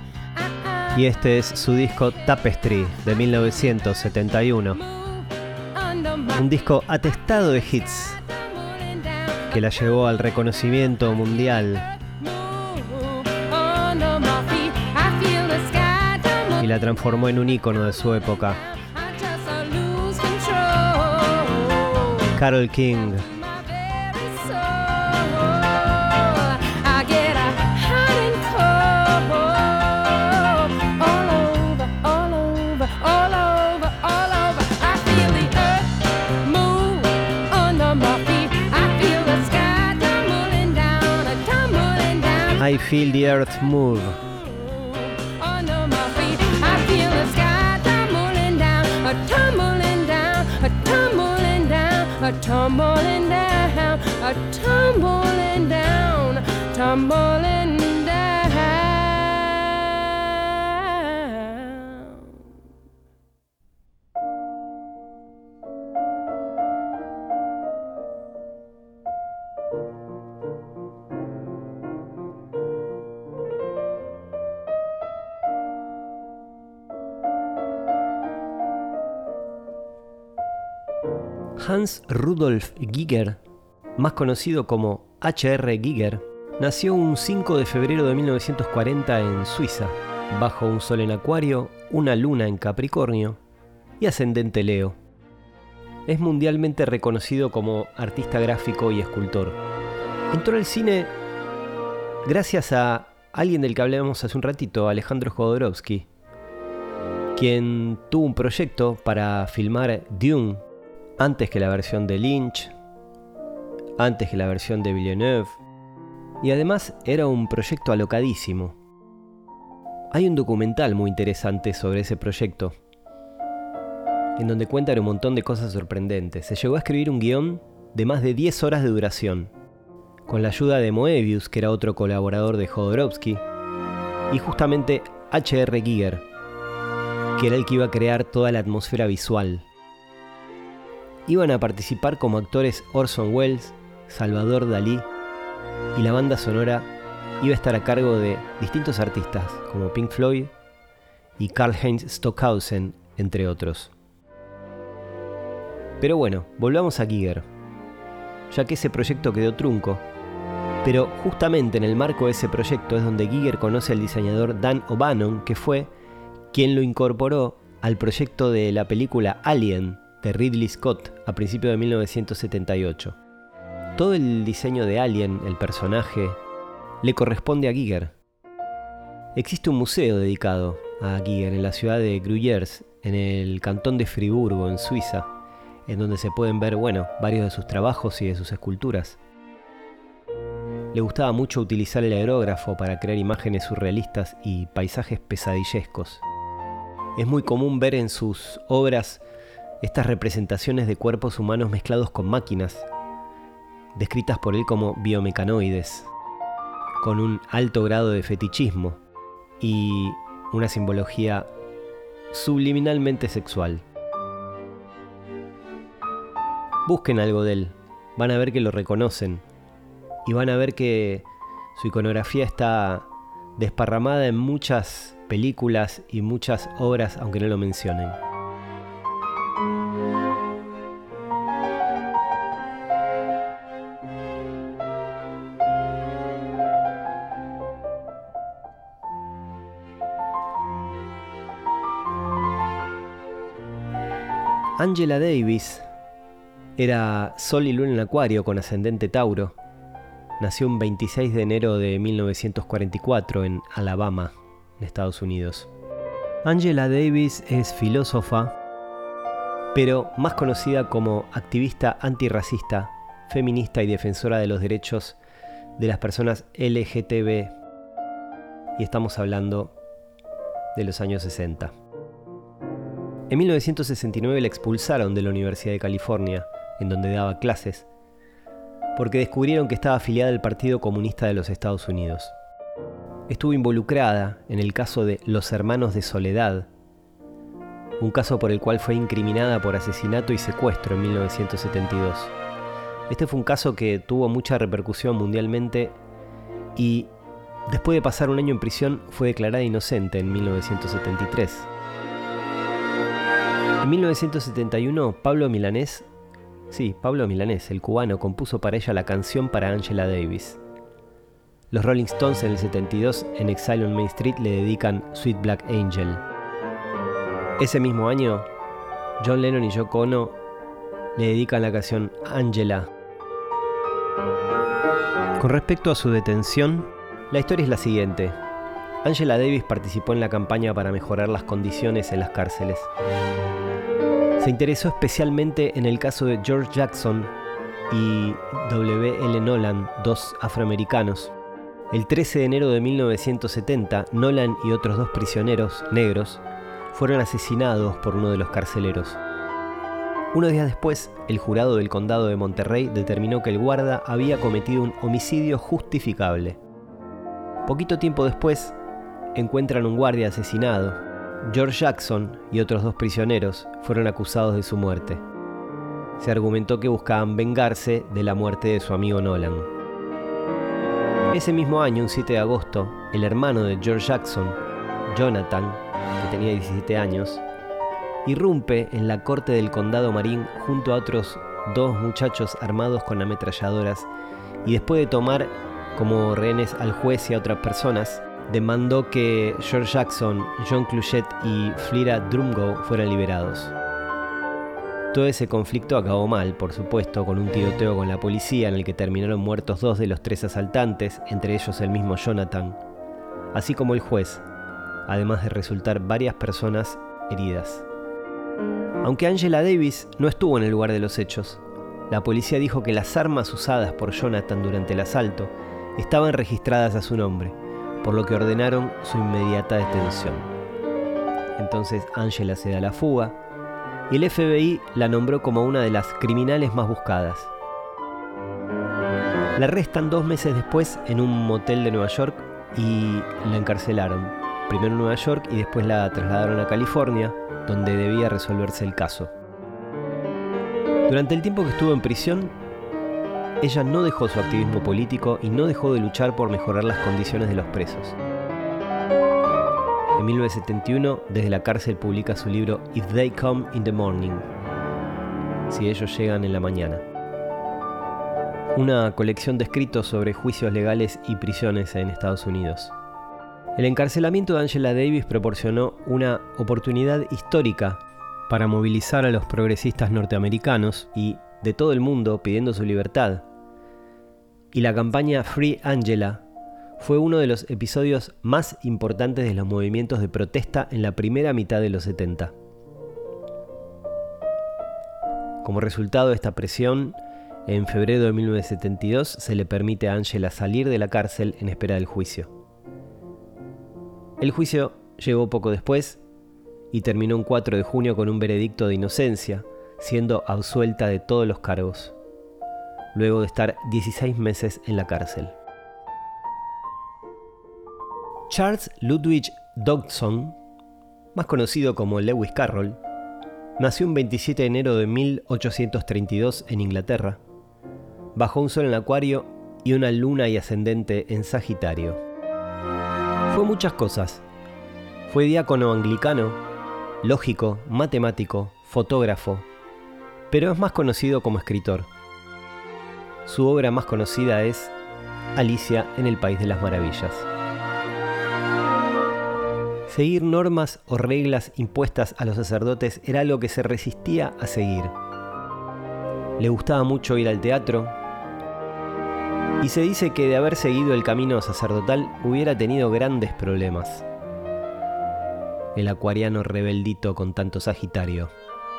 y este es su disco Tapestry de mil novecientos setenta y uno. Un disco atestado de hits que la llevó al reconocimiento mundial y la transformó en un ícono de su época. Carole King. I feel the earth move. a tumbling down, a tumbling down, tumbling down. Hans Rudolf Giger, más conocido como H R Giger, nació un cinco de febrero de mil novecientos cuarenta en Suiza, bajo un sol en Acuario, una luna en Capricornio y ascendente Leo. Es mundialmente reconocido como artista gráfico y escultor. Entró al cine gracias a alguien del que hablábamos hace un ratito, Alejandro Jodorowsky, quien tuvo un proyecto para filmar Dune antes que la versión de Lynch, antes que la versión de Villeneuve, y además era un proyecto alocadísimo. Hay un documental muy interesante sobre ese proyecto, en donde cuentan un montón de cosas sorprendentes. Se llegó a escribir un guión de más de diez horas de duración, con la ayuda de Moebius, que era otro colaborador de Jodorowsky, y justamente H R Giger, que era el que iba a crear toda la atmósfera visual. Iban a participar como actores Orson Welles, Salvador Dalí, y la banda sonora iba a estar a cargo de distintos artistas como Pink Floyd y Karl-Heinz Stockhausen, entre otros. Pero bueno, volvamos a Giger, ya que ese proyecto quedó trunco, pero justamente en el marco de ese proyecto es donde Giger conoce al diseñador Dan O'Bannon, que fue quien lo incorporó al proyecto de la película Alien de Ridley Scott a principios de mil novecientos setenta y ocho. Todo el diseño de Alien, el personaje, le corresponde a Giger. Existe un museo dedicado a Giger en la ciudad de Gruyères, en el cantón de Friburgo, en Suiza, en donde se pueden ver, bueno, varios de sus trabajos y de sus esculturas. Le gustaba mucho utilizar el aerógrafo para crear imágenes surrealistas y paisajes pesadillescos. Es muy común ver en sus obras estas representaciones de cuerpos humanos mezclados con máquinas, descritas por él como biomecanoides, con un alto grado de fetichismo y una simbología subliminalmente sexual. Busquen algo de él, van a ver que lo reconocen y van a ver que su iconografía está desparramada en muchas películas y muchas obras, aunque no lo mencionen. Angela Davis era Sol y Luna en Acuario con ascendente Tauro. Nació un veintiséis de enero de mil novecientos cuarenta y cuatro en Alabama, en Estados Unidos. Angela Davis es filósofa, pero más conocida como activista antirracista, feminista y defensora de los derechos de las personas L G T B. Y estamos hablando de los años sesenta. En mil novecientos sesenta y nueve la expulsaron de la Universidad de California, en donde daba clases, porque descubrieron que estaba afiliada al Partido Comunista de los Estados Unidos. Estuvo involucrada en el caso de Los Hermanos de Soledad, un caso por el cual fue incriminada por asesinato y secuestro en mil novecientos setenta y dos. Este fue un caso que tuvo mucha repercusión mundialmente y, después de pasar un año en prisión, fue declarada inocente en mil novecientos setenta y tres. En mil novecientos setenta y uno, Pablo Milanés, sí, Pablo Milanés, el cubano, compuso para ella la canción para Angela Davis. Los Rolling Stones en el setenta y dos, en Exile on Main Street, le dedican Sweet Black Angel. Ese mismo año, John Lennon y Yoko Ono le dedican la canción Angela. Con respecto a su detención, la historia es la siguiente. Angela Davis participó en la campaña para mejorar las condiciones en las cárceles. Se interesó especialmente en el caso de George Jackson y W L Nolan, dos afroamericanos. El trece de enero de mil novecientos setenta, Nolan y otros dos prisioneros negros fueron asesinados por uno de los carceleros. Unos días después, el jurado del condado de Monterrey determinó que el guarda había cometido un homicidio justificable. Poquito tiempo después, encuentran un guardia asesinado. George Jackson y otros dos prisioneros fueron acusados de su muerte. Se argumentó que buscaban vengarse de la muerte de su amigo Nolan. Ese mismo año, un siete de agosto, el hermano de George Jackson, Jonathan, que tenía diecisiete años, irrumpe en la corte del condado Marin junto a otros dos muchachos armados con ametralladoras y después de tomar como rehenes al juez y a otras personas, demandó que George Jackson, John Cluchet y Flira Drumgo fueran liberados. Todo ese conflicto acabó mal, por supuesto, con un tiroteo con la policía en el que terminaron muertos dos de los tres asaltantes, entre ellos el mismo Jonathan, así como el juez, además de resultar varias personas heridas. Aunque Angela Davis no estuvo en el lugar de los hechos, la policía dijo que las armas usadas por Jonathan durante el asalto estaban registradas a su nombre, por lo que ordenaron su inmediata detención. Entonces Angela se da a la fuga y el F B I la nombró como una de las criminales más buscadas. La arrestan dos meses después en un motel de Nueva York y la encarcelaron, primero en Nueva York y después la trasladaron a California, donde debía resolverse el caso. Durante el tiempo que estuvo en prisión, ella no dejó su activismo político y no dejó de luchar por mejorar las condiciones de los presos. En mil novecientos setenta y uno, desde la cárcel publica su libro If They Come in the Morning, si ellos llegan en la mañana, una colección de escritos sobre juicios legales y prisiones en Estados Unidos. El encarcelamiento de Angela Davis proporcionó una oportunidad histórica para movilizar a los progresistas norteamericanos y de todo el mundo pidiendo su libertad. Y la campaña Free Angela fue uno de los episodios más importantes de los movimientos de protesta en la primera mitad de los setenta. Como resultado de esta presión, en febrero de mil novecientos setenta y dos se le permite a Angela salir de la cárcel en espera del juicio. El juicio llegó poco después y terminó un cuatro de junio con un veredicto de inocencia, siendo absuelta de todos los cargos, luego de estar dieciséis meses en la cárcel. Charles Ludwig Dodgson, más conocido como Lewis Carroll, nació un veintisiete de enero de mil ochocientos treinta y dos en Inglaterra, bajo un sol en Acuario y una luna y ascendente en Sagitario. Fue muchas cosas. Fue diácono anglicano, lógico, matemático, fotógrafo, pero es más conocido como escritor. Su obra más conocida es Alicia en el País de las Maravillas. Seguir normas o reglas impuestas a los sacerdotes era algo que se resistía a seguir. Le gustaba mucho ir al teatro, y se dice que de haber seguido el camino sacerdotal hubiera tenido grandes problemas. El acuariano rebeldito con tanto Sagitario.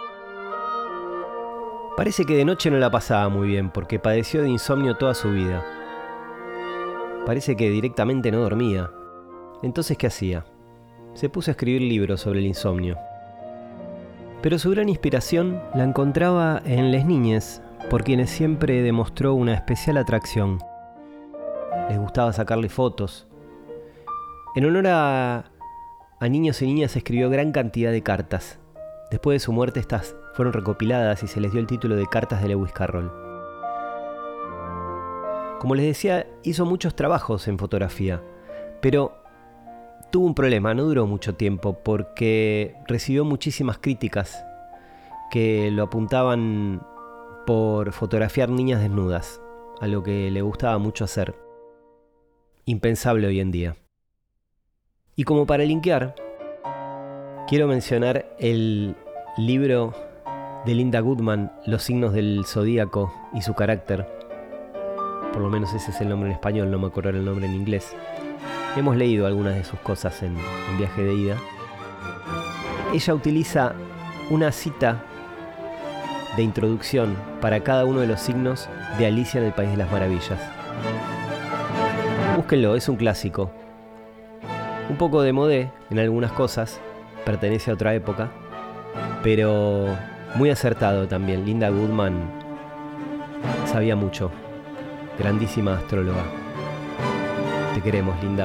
Parece que de noche no la pasaba muy bien porque padeció de insomnio toda su vida. Parece que directamente no dormía. Entonces, ¿qué hacía? Se puso a escribir libros sobre el insomnio. Pero su gran inspiración la encontraba en las niñas, por quienes siempre demostró una especial atracción. Les gustaba sacarle fotos. En honor a, a niños y niñas escribió gran cantidad de cartas. Después de su muerte estas fueron recopiladas y se les dio el título de Cartas de Lewis Carroll. Como les decía, hizo muchos trabajos en fotografía, pero tuvo un problema, no duró mucho tiempo porque recibió muchísimas críticas que lo apuntaban por fotografiar niñas desnudas, algo que le gustaba mucho hacer. Impensable hoy en día. Y como para linkear, quiero mencionar el libro de Linda Goodman, Los signos del zodíaco y su carácter. Por lo menos ese es el nombre en español, no me acuerdo el nombre en inglés. Hemos leído algunas de sus cosas en, en Viaje de Ida. Ella utiliza una cita de introducción para cada uno de los signos de Alicia en el País de las Maravillas. Búsquenlo, es un clásico. Un poco de modé en algunas cosas, pertenece a otra época, pero Muy acertado también. Linda Goodman sabía mucho. Grandísima astróloga. Te queremos, Linda.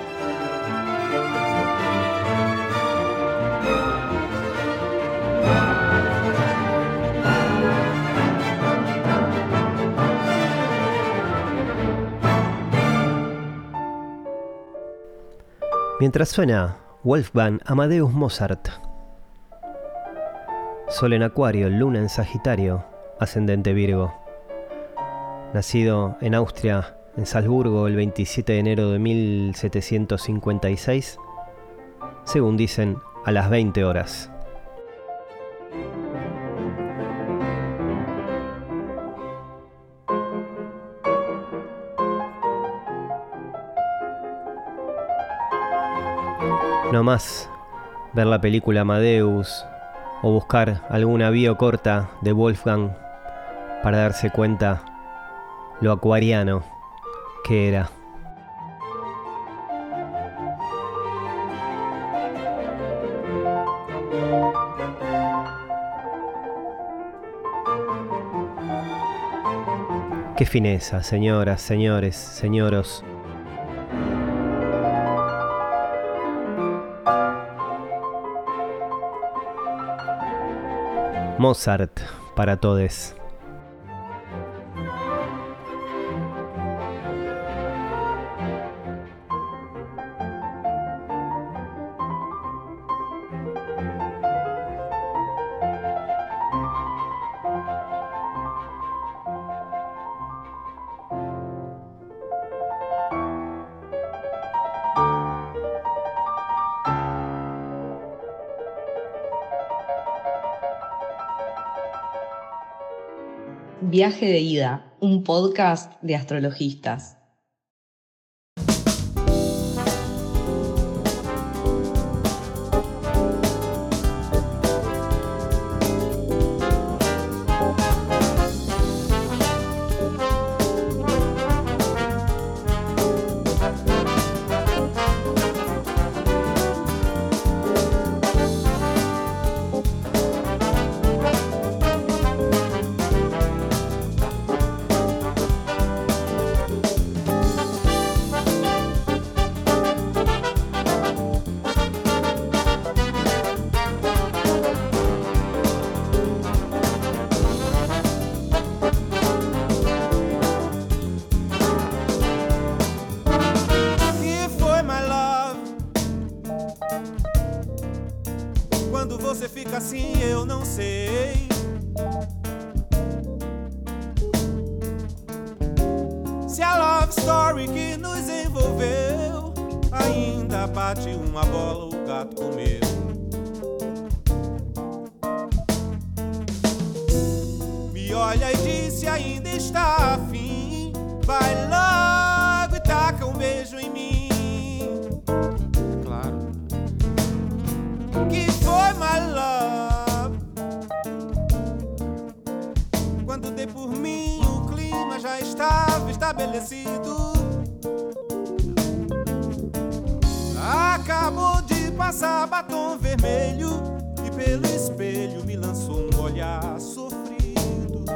Mientras suena Wolfgang Amadeus Mozart. Sol en Acuario, Luna en Sagitario, ascendente Virgo. Nacido en Austria, en Salzburgo, el veintisiete de enero de mil setecientos cincuenta y seis, según dicen, a las veinte horas. No más ver la película Amadeus o buscar alguna bio corta de Wolfgang para darse cuenta lo acuariano que era. Qué fineza, señoras, señores, señoros. Mozart para todes. Viaje de ida, un podcast de astrologistas. Quando você fica assim, eu não sei. Se a love story que nos envolveu ainda bate uma bola, o gato comeu. Me olha e diz se ainda está afim. Vai logo e taca um beijo em mim. Claro. Que foi, my love? Quando dei por mim, o clima já estava estabelecido. Acabou de passar batom vermelho e pelo espelho me lançou um olhar sofrido.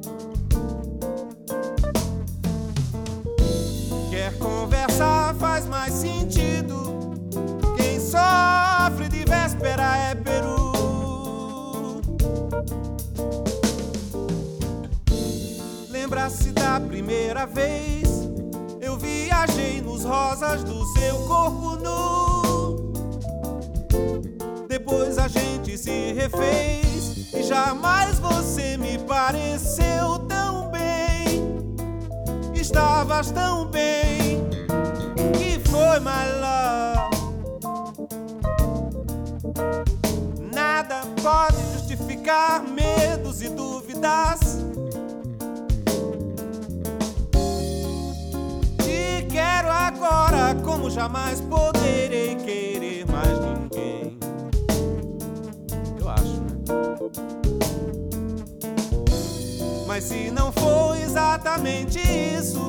Quer conversar, faz mais sentido. Quem sofre de véspera é peru. Lembra-se da primeira vez eu viajei nos rosas do seu corpo nu. Depois a gente se refez e jamais você me pareceu tão bem. Estavas tão bem. Que foi, my love? Nada pode justificar medos e dúvidas. Te quero agora como jamais poderei querer mais ninguém. Eu acho, né? Mas se não for exatamente isso,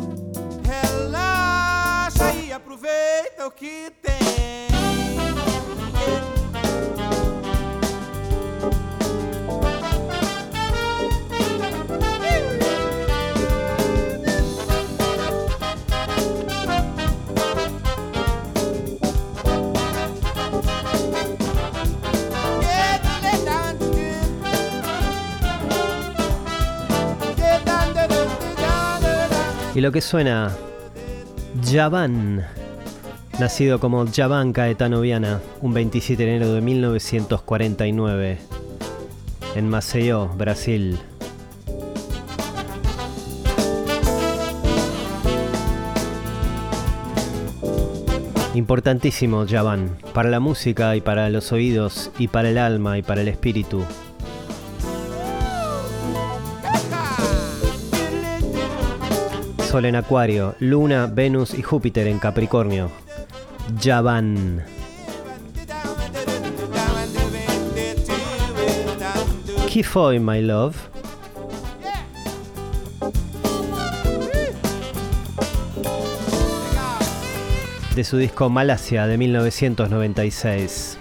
relaxa e aproveita o que tem. Yeah. Y lo que suena, Djavan, nacido como Djavan Caetano Viana, un veintisiete de enero de mil novecientos cuarenta y nueve, en Maceió, Brasil. Importantísimo Djavan, para la música y para los oídos y para el alma y para el espíritu. Sol en Acuario, Luna, Venus y Júpiter en Capricornio. Djavan. Que foi, my love? De su disco Malasia de mil novecientos noventa y seis.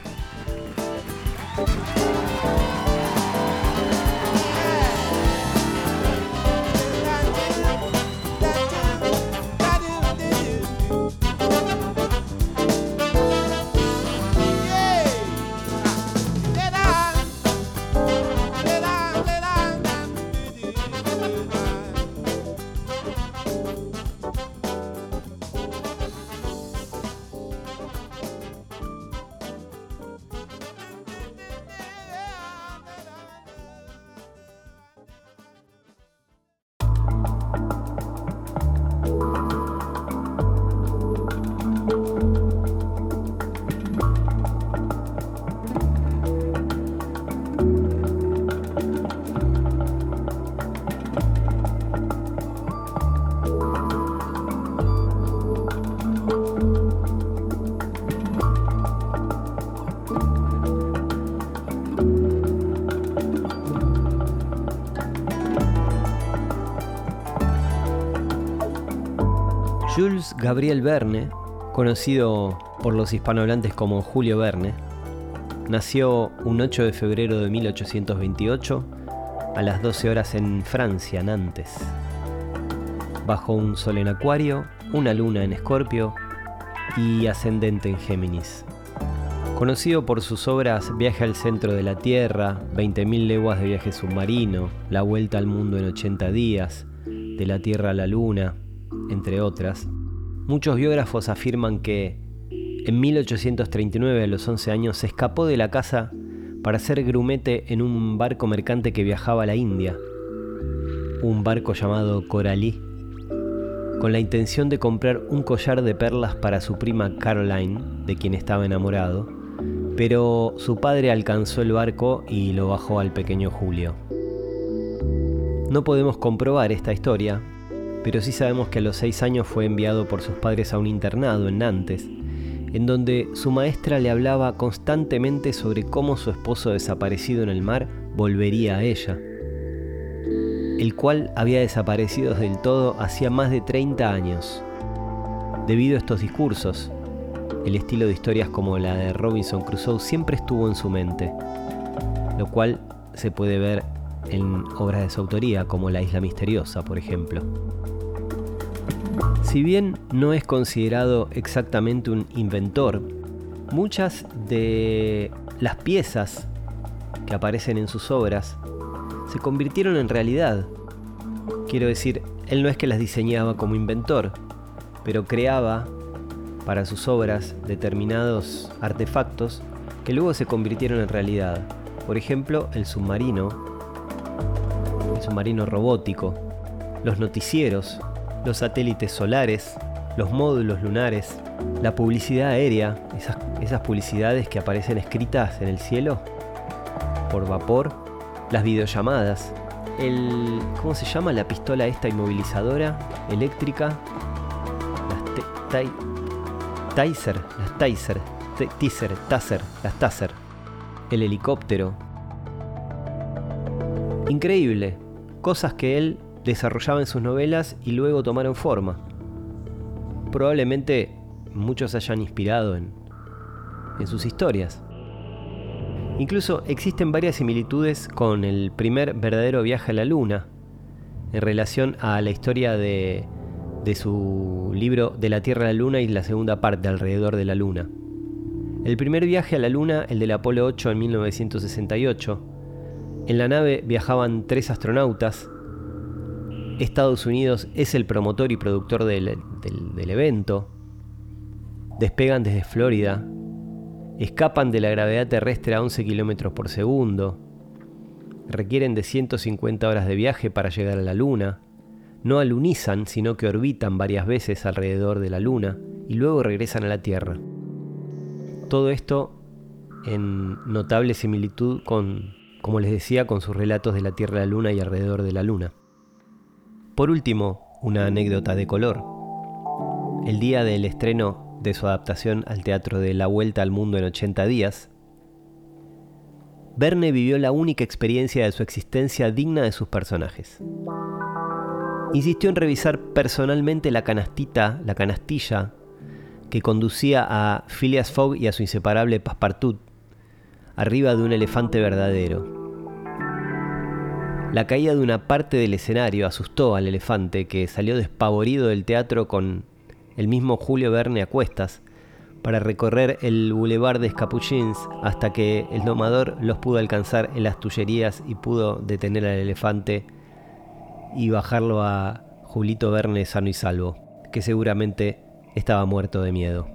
Jules Gabriel Verne, conocido por los hispanohablantes como Julio Verne, nació un ocho de febrero de mil ochocientos veintiocho a las doce horas en Francia, Nantes. Bajo un sol en Acuario, una luna en Escorpio y ascendente en Géminis. Conocido por sus obras Viaje al centro de la Tierra, veinte mil leguas de viaje submarino, La vuelta al mundo en ochenta días, De la Tierra a la Luna, entre otras, muchos biógrafos afirman que en mil ochocientos treinta y nueve, a los once años, se escapó de la casa para ser grumete en un barco mercante que viajaba a la India, un barco llamado Coralí, con la intención de comprar un collar de perlas para su prima Caroline, de quien estaba enamorado, pero su padre alcanzó el barco y lo bajó al pequeño Julio. No podemos comprobar esta historia, pero sí sabemos que a los seis años fue enviado por sus padres a un internado en Nantes, en donde su maestra le hablaba constantemente sobre cómo su esposo desaparecido en el mar volvería a ella, el cual había desaparecido del todo hacía más de treinta años. Debido a estos discursos, el estilo de historias como la de Robinson Crusoe siempre estuvo en su mente, lo cual se puede ver en obras de su autoría como La Isla Misteriosa, por ejemplo. Si bien no es considerado exactamente un inventor, muchas de las piezas que aparecen en sus obras se convirtieron en realidad. Quiero decir, él no es que las diseñaba como inventor, pero creaba para sus obras determinados artefactos que luego se convirtieron en realidad. Por ejemplo, el submarino, el submarino robótico, los noticieros, los satélites solares, los módulos lunares, la publicidad aérea, esas, esas publicidades que aparecen escritas en el cielo por vapor, las videollamadas, el, ¿cómo se llama? La pistola esta inmovilizadora eléctrica, las te, taser, las taser, te, teaser, taser, las taser, el helicóptero. Increíble, cosas que él desarrollaba en sus novelas y luego tomaron forma. Probablemente muchos se hayan inspirado en, en sus historias. Incluso existen varias similitudes con el primer verdadero viaje a la Luna en relación a la historia de, de su libro De la Tierra a la Luna y la segunda parte, Alrededor de la Luna. El primer viaje a la Luna, el del Apolo ocho en mil novecientos sesenta y ocho, en la nave viajaban tres astronautas Estados Unidos es el promotor y productor del, del, del evento. Despegan desde Florida, escapan de la gravedad terrestre a once kilómetros por segundo, requieren de ciento cincuenta horas de viaje para llegar a la Luna, no alunizan, sino que orbitan varias veces alrededor de la Luna y luego regresan a la Tierra. Todo esto en notable similitud con, como les decía, con sus relatos de la Tierra, la Luna y alrededor de la Luna. Por último, una anécdota de color. El día del estreno de su adaptación al teatro de La Vuelta al Mundo en ochenta días, Verne vivió la única experiencia de su existencia digna de sus personajes. Insistió en revisar personalmente la canastita, la canastilla, que conducía a Phileas Fogg y a su inseparable Passepartout, arriba de un elefante verdadero. La caída de una parte del escenario asustó al elefante, que salió despavorido del teatro con el mismo Julio Verne a cuestas, para recorrer el Boulevard des Capucines hasta que el domador los pudo alcanzar en las Tullerías y pudo detener al elefante y bajarlo a Julito Verne sano y salvo, que seguramente estaba muerto de miedo.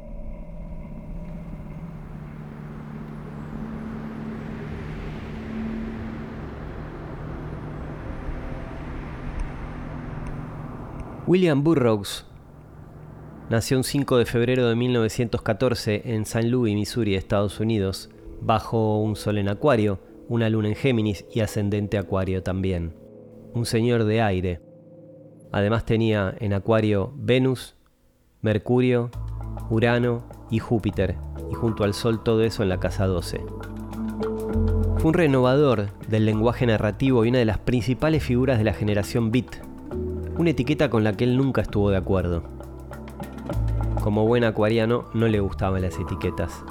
William Burroughs nació un cinco de febrero de mil novecientos catorce en Saint Louis, Missouri, Estados Unidos, bajo un sol en Acuario, una luna en Géminis y ascendente Acuario también. Un señor de aire. Además tenía en Acuario Venus, Mercurio, Urano y Júpiter, y junto al Sol todo eso en la casa doce. Fue un renovador del lenguaje narrativo y una de las principales figuras de la generación Beat, una etiqueta con la que él nunca estuvo de acuerdo. Como buen acuariano, no le gustaban las etiquetas.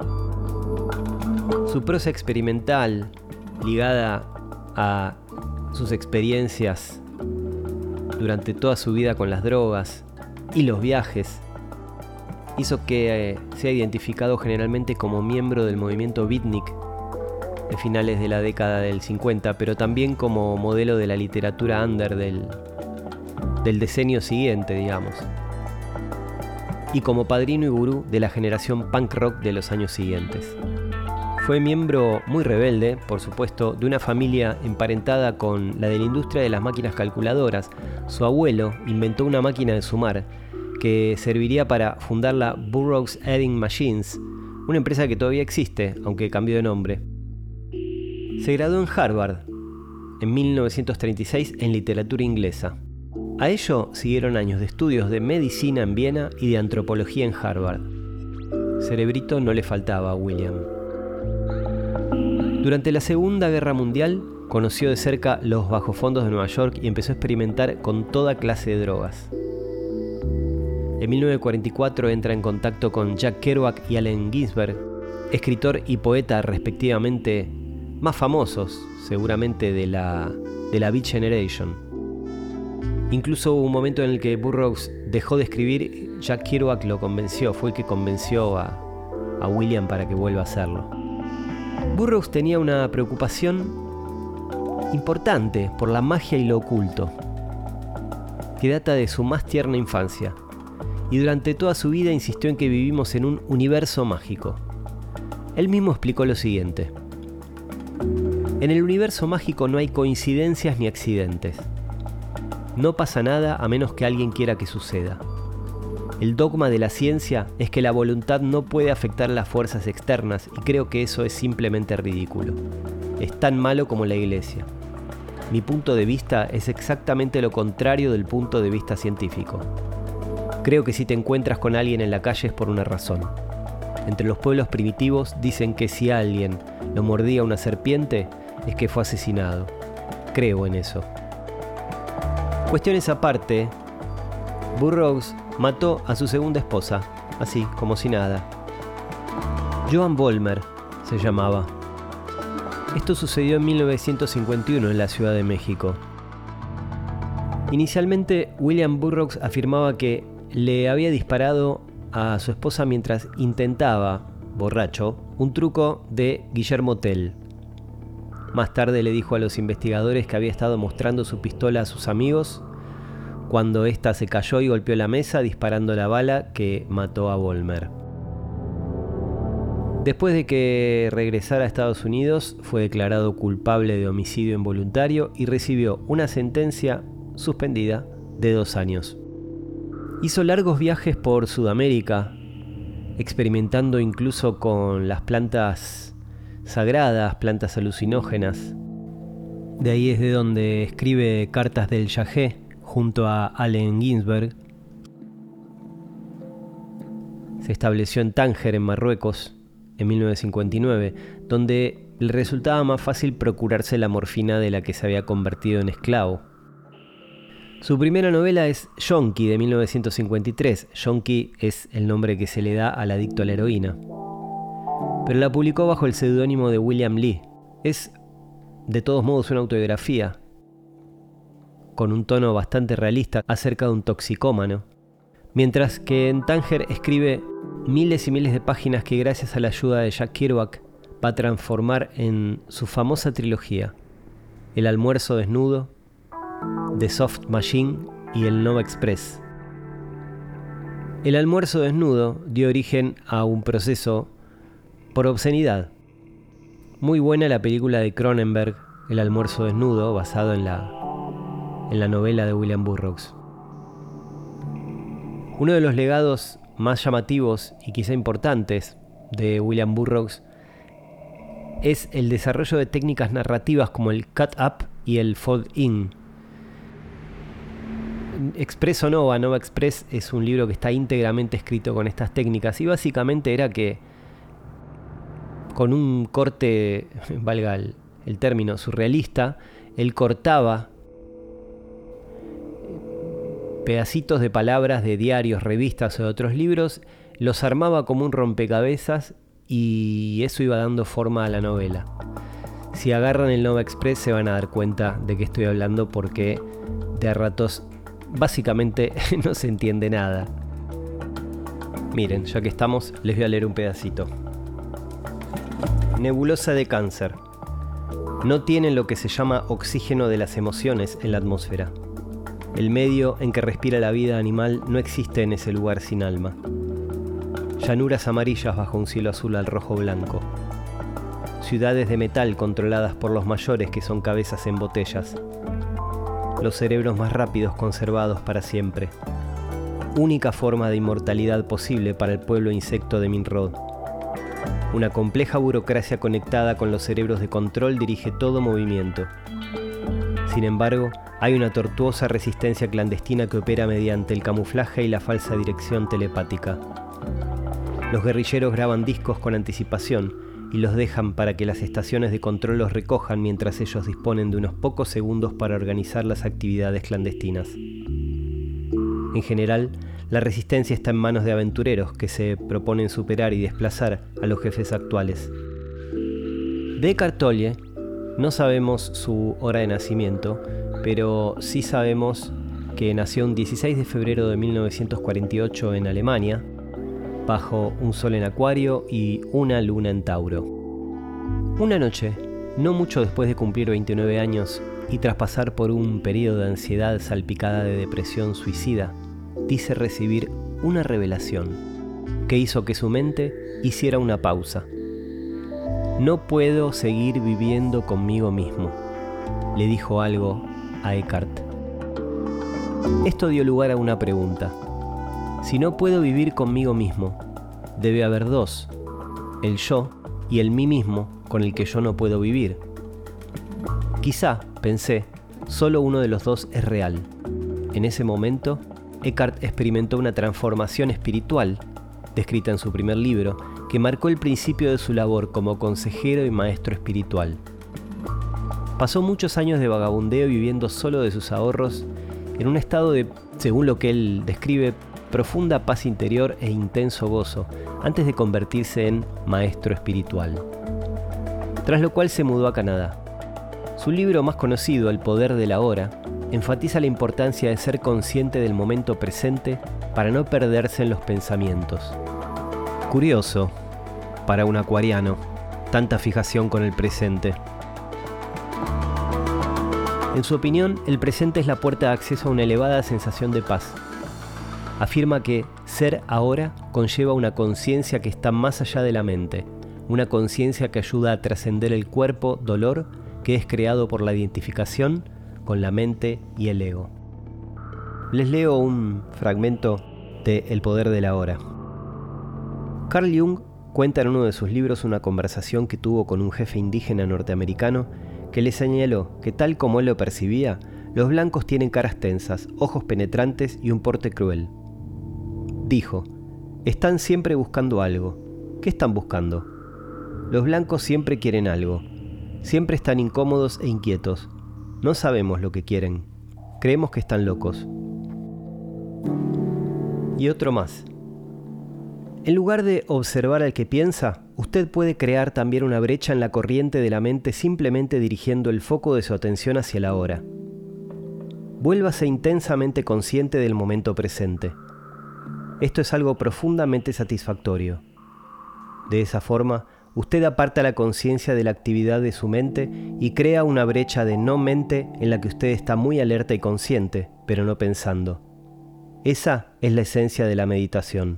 Su prosa experimental, ligada a sus experiencias durante toda su vida con las drogas y los viajes, hizo que eh, sea identificado generalmente como miembro del movimiento beatnik de finales de la década del cincuenta, pero también como modelo de la literatura under del, del decenio siguiente, digamos, y como padrino y gurú de la generación punk rock de los años siguientes. Fue miembro muy rebelde, por supuesto, de una familia emparentada con la de la industria de las máquinas calculadoras. Su abuelo inventó una máquina de sumar que serviría para fundar la Burroughs Adding Machines, una empresa que todavía existe, aunque cambió de nombre. Se graduó en Harvard en mil novecientos treinta y seis en literatura inglesa. A ello siguieron años de estudios de medicina en Viena y de antropología en Harvard. Cerebrito no le faltaba a William. Durante la Segunda Guerra Mundial conoció de cerca los bajos-fondos de Nueva York y empezó a experimentar con toda clase de drogas. En mil novecientos cuarenta y cuatro entra en contacto con Jack Kerouac y Allen Ginsberg, escritor y poeta respectivamente más famosos, seguramente de la, de la Beat Generation. Incluso hubo un momento en el que Burroughs dejó de escribir. Jack Kerouac lo convenció, fue el que convenció a, a William para que vuelva a hacerlo. Burroughs tenía una preocupación importante por la magia y lo oculto, que data de su más tierna infancia, y durante toda su vida insistió en que vivimos en un universo mágico. Él mismo explicó lo siguiente: en el universo mágico no hay coincidencias ni accidentes. No pasa nada a menos que alguien quiera que suceda. El dogma de la ciencia es que la voluntad no puede afectar las fuerzas externas, y creo que eso es simplemente ridículo. Es tan malo como la iglesia. Mi punto de vista es exactamente lo contrario del punto de vista científico. Creo que si te encuentras con alguien en la calle es por una razón. Entre los pueblos primitivos dicen que si alguien lo mordía una serpiente es que fue asesinado. Creo en eso. Cuestiones aparte, Burroughs mató a su segunda esposa, así como si nada. Joan Vollmer se llamaba. Esto sucedió en mil novecientos cincuenta y uno en la Ciudad de México. Inicialmente, William Burroughs afirmaba que le había disparado a su esposa mientras intentaba, borracho, un truco de Guillermo Tell. Más tarde le dijo a los investigadores que había estado mostrando su pistola a sus amigos cuando ésta se cayó y golpeó la mesa disparando la bala que mató a Vollmer. Después de que regresara a Estados Unidos, fue declarado culpable de homicidio involuntario y recibió una sentencia suspendida de dos años. Hizo largos viajes por Sudamérica, experimentando incluso con las plantas sagradas, plantas alucinógenas. De ahí es de donde escribe Cartas del Yagé junto a Allen Ginsberg. Se estableció en Tánger, en Marruecos, en mil novecientos cincuenta y nueve, donde le resultaba más fácil procurarse la morfina de la que se había convertido en esclavo. Su primera novela es Yonki, de mil novecientos cincuenta y tres. Yonki es el nombre que se le da al adicto a la heroína. Pero la publicó bajo el seudónimo de William Lee. Es, de todos modos, una autobiografía, con un tono bastante realista acerca de un toxicómano. Mientras que en Tánger escribe miles y miles de páginas que gracias a la ayuda de Jack Kerouac va a transformar en su famosa trilogía: El almuerzo desnudo, The Soft Machine y El Nova Express. El almuerzo desnudo dio origen a un proceso por obscenidad. Muy buena la película de Cronenberg, El almuerzo desnudo, basado en la, en la novela de William Burroughs. Uno de los legados más llamativos y quizá importantes de William Burroughs es el desarrollo de técnicas narrativas como el cut-up y el fold-in. Expresso Nova, Nova Express, es un libro que está íntegramente escrito con estas técnicas y básicamente era que con un corte, valga el, el término, surrealista, él cortaba pedacitos de palabras de diarios, revistas o de otros libros, los armaba como un rompecabezas y eso iba dando forma a la novela. Si agarran el Nova Express se van a dar cuenta de qué estoy hablando, porque de a ratos básicamente no se entiende nada. Miren, ya que estamos, les voy a leer un pedacito. Nebulosa de Cáncer. No tienen lo que se llama oxígeno de las emociones en la atmósfera. El medio en que respira la vida animal no existe en ese lugar sin alma. Llanuras amarillas bajo un cielo azul al rojo blanco. Ciudades de metal controladas por los mayores que son cabezas en botellas. Los cerebros más rápidos conservados para siempre. Única forma de inmortalidad posible para el pueblo insecto de Minrod. Una compleja burocracia conectada con los cerebros de control dirige todo movimiento. Sin embargo, hay una tortuosa resistencia clandestina que opera mediante el camuflaje y la falsa dirección telepática. Los guerrilleros graban discos con anticipación y los dejan para que las estaciones de control los recojan mientras ellos disponen de unos pocos segundos para organizar las actividades clandestinas. En general, la resistencia está en manos de aventureros que se proponen superar y desplazar a los jefes actuales. De Eckhart Tolle no sabemos su hora de nacimiento, pero sí sabemos que nació un dieciséis de febrero de mil novecientos cuarenta y ocho en Alemania, bajo un sol en Acuario y una luna en Tauro. Una noche, no mucho después de cumplir veintinueve años y tras pasar por un periodo de ansiedad salpicada de depresión suicida, dice recibir una revelación que hizo que su mente hiciera una pausa. No puedo seguir viviendo conmigo mismo, le dijo algo a Eckhart. Esto dio lugar a una pregunta. Si no puedo vivir conmigo mismo, debe haber dos, el yo y el mí mismo con el que yo no puedo vivir. Quizá, pensé, solo uno de los dos es real. En ese momento, Eckhart experimentó una transformación espiritual, descrita en su primer libro, que marcó el principio de su labor como consejero y maestro espiritual. Pasó muchos años de vagabundeo viviendo solo de sus ahorros, en un estado de, según lo que él describe, profunda paz interior e intenso gozo, antes de convertirse en maestro espiritual. Tras lo cual se mudó a Canadá. Su libro más conocido, El poder de la hora, enfatiza la importancia de ser consciente del momento presente para no perderse en los pensamientos. Curioso, para un acuariano, tanta fijación con el presente. En su opinión, el presente es la puerta de acceso a una elevada sensación de paz. Afirma que ser ahora conlleva una conciencia que está más allá de la mente, una conciencia que ayuda a trascender el cuerpo dolor que es creado por la identificación con la mente y el ego. Les leo un fragmento de El poder del ahora. Carl Jung cuenta en uno de sus libros una conversación que tuvo con un jefe indígena norteamericano que le señaló que tal como él lo percibía, los blancos tienen caras tensas, ojos penetrantes y un porte cruel. Dijo, están siempre buscando algo. ¿Qué están buscando? Los blancos siempre quieren algo. Siempre están incómodos e inquietos. No sabemos lo que quieren. Creemos que están locos. Y otro más. En lugar de observar al que piensa, usted puede crear también una brecha en la corriente de la mente simplemente dirigiendo el foco de su atención hacia el ahora. Vuélvase intensamente consciente del momento presente. Esto es algo profundamente satisfactorio. De esa forma, usted aparta la conciencia de la actividad de su mente y crea una brecha de no mente en la que usted está muy alerta y consciente, pero no pensando. Esa es la esencia de la meditación.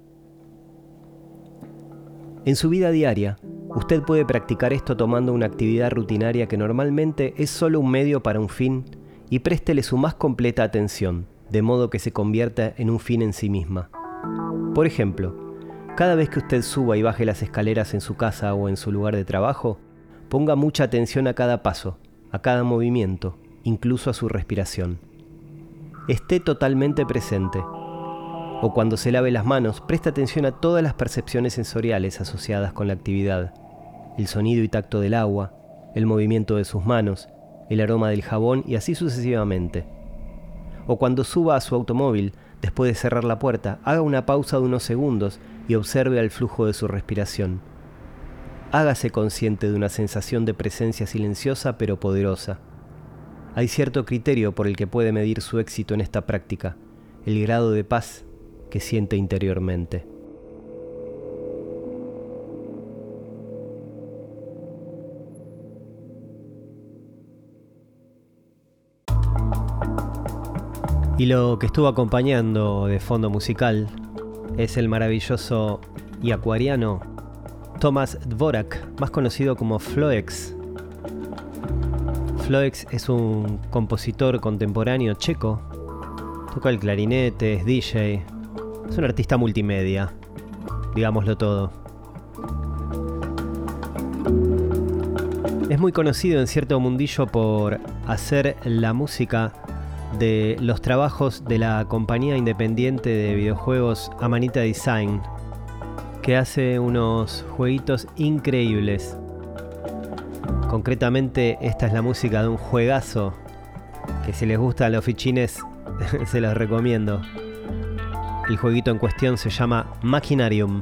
En su vida diaria, usted puede practicar esto tomando una actividad rutinaria que normalmente es solo un medio para un fin y préstele su más completa atención, de modo que se convierta en un fin en sí misma. Por ejemplo, cada vez que usted suba y baje las escaleras en su casa o en su lugar de trabajo, ponga mucha atención a cada paso, a cada movimiento, incluso a su respiración. Esté totalmente presente. O cuando se lave las manos, preste atención a todas las percepciones sensoriales asociadas con la actividad. El sonido y tacto del agua, el movimiento de sus manos, el aroma del jabón y así sucesivamente. O cuando suba a su automóvil, después de cerrar la puerta, haga una pausa de unos segundos y observe el flujo de su respiración. Hágase consciente de una sensación de presencia silenciosa pero poderosa. Hay cierto criterio por el que puede medir su éxito en esta práctica, el grado de paz que siente interiormente. Y lo que estuvo acompañando de fondo musical es el maravilloso y acuariano Tomáš Dvořák, más conocido como Floex. Floex es un compositor contemporáneo checo, toca el clarinete, es D J, es un artista multimedia, digámoslo todo. Es muy conocido en cierto mundillo por hacer la música de los trabajos de la compañía independiente de videojuegos Amanita Design, que hace unos jueguitos increíbles. Concretamente, esta es la música de un juegazo que si les gustan los fichines se los recomiendo. El jueguito en cuestión se llama Machinarium.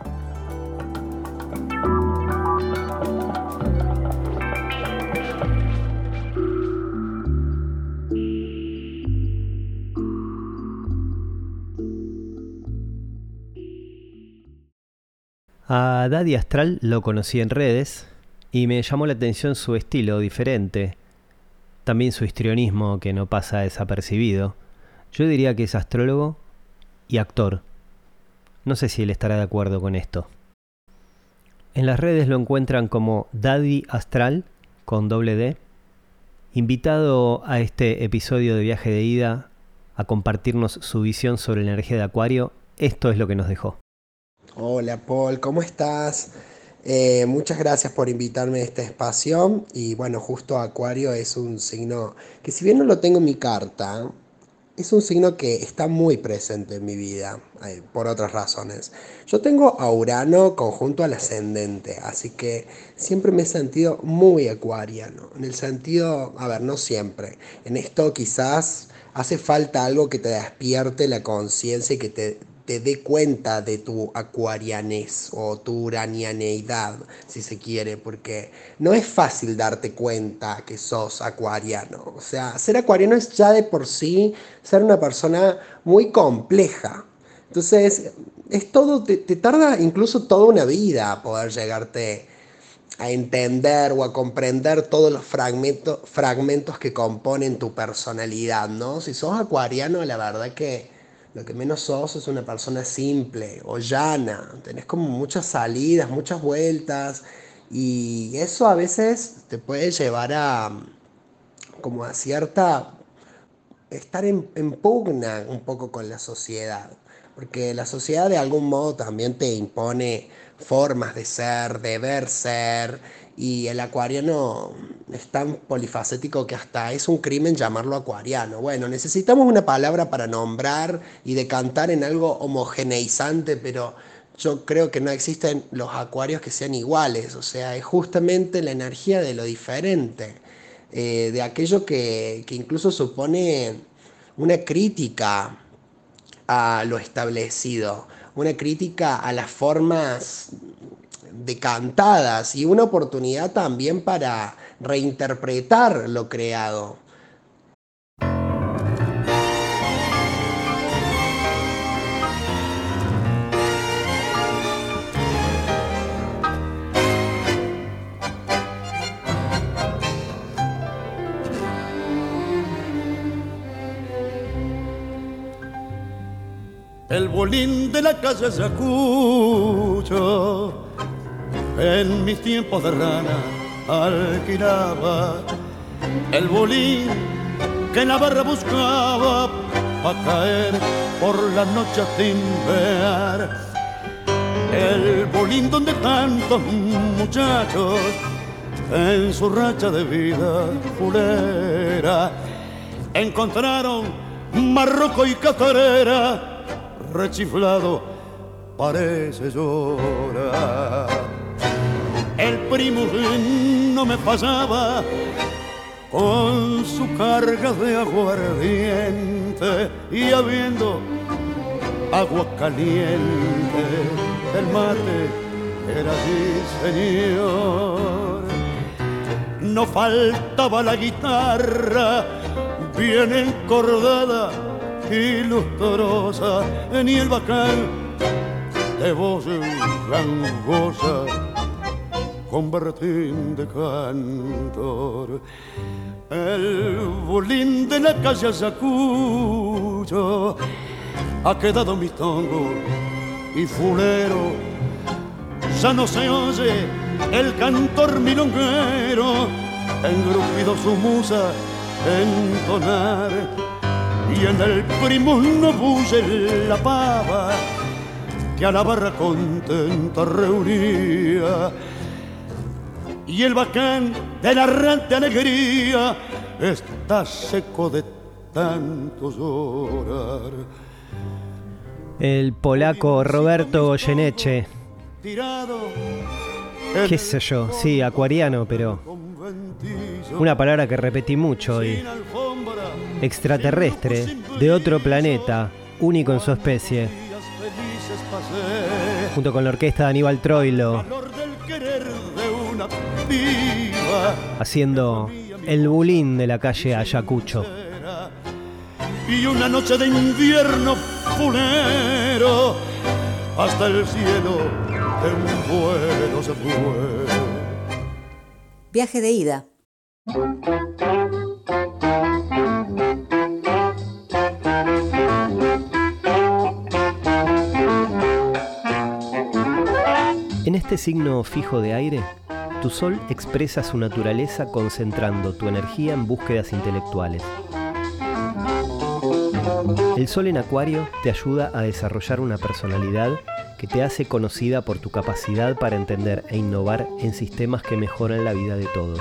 A Daddy Astral lo conocí en redes y me llamó la atención su estilo diferente, también su histrionismo que no pasa desapercibido. Yo diría que es astrólogo y actor. No sé si él estará de acuerdo con esto. En las redes lo encuentran como Daddy Astral con doble D, invitado a este episodio de Viaje de Ida a compartirnos su visión sobre la energía de Acuario. Esto es lo que nos dejó. Hola Paul, ¿cómo estás? Eh, muchas gracias por invitarme a este espacio. Y bueno, justo Acuario es un signo que, si bien no lo tengo en mi carta, es un signo que está muy presente en mi vida, eh, por otras razones. Yo tengo a Urano conjunto al ascendente, así que siempre me he sentido muy acuariano. En el sentido, a ver, no siempre. En esto quizás hace falta algo que te despierte la conciencia y que te... te dé cuenta de tu acuarianez o tu uranianeidad, si se quiere, porque no es fácil darte cuenta que sos acuariano. O sea, ser acuariano es ya de por sí ser una persona muy compleja. Entonces, es todo, te, te tarda incluso toda una vida poder llegarte a entender o a comprender todos los fragmentos, fragmentos que componen tu personalidad, ¿no? Si sos acuariano, la verdad que lo que menos sos es una persona simple o llana. Tenés como muchas salidas, muchas vueltas, y eso a veces te puede llevar a como a cierta estar en, en pugna un poco con la sociedad, porque la sociedad de algún modo también te impone formas de ser, deber ser, y el acuariano es tan polifacético que hasta es un crimen llamarlo acuariano. Bueno, necesitamos una palabra para nombrar y decantar en algo homogeneizante, pero yo creo que no existen los acuarios que sean iguales, o sea, es justamente la energía de lo diferente, eh, de aquello que, que incluso supone una crítica a lo establecido, una crítica a las formas decantadas y una oportunidad también para reinterpretar lo creado. El bolín de la calle Ayacucho, en mis tiempos de rana alquilaba. El bolín que en la barra buscaba pa' caer por la noche a timbear. El bolín donde tantos muchachos en su racha de vida fulera encontraron marroco y catarera. Rechiflado parece llorar. El primo no me pasaba con su carga de aguardiente, y habiendo agua caliente el mate era así, señor. No faltaba la guitarra bien encordada y lustrosa, ni el bacán de voz gangosa con berretín de cantor. El bolín de la calle Ayacucho ha quedado mistongo y fulero. Ya no se oye el cantor milonguero, engrupido su musa entonar. Y en el primo no bulle la pava que a la barra contenta reunía. Y el bacán de la errante alegría está seco de tanto llorar. El polaco Roberto Goyeneche. Qué sé yo, sí, acuariano, pero una palabra que repetí mucho hoy. Extraterrestre, de otro planeta, único en su especie. Junto con la orquesta de Aníbal Troilo, haciendo el bulín de la calle Ayacucho. Y una noche de invierno fulero, hasta el cielo de un vuelo se fue. Viaje de ida. En este signo fijo de aire, tu sol expresa su naturaleza concentrando tu energía en búsquedas intelectuales. El sol en Acuario te ayuda a desarrollar una personalidad que te hace conocida por tu capacidad para entender e innovar en sistemas que mejoran la vida de todos.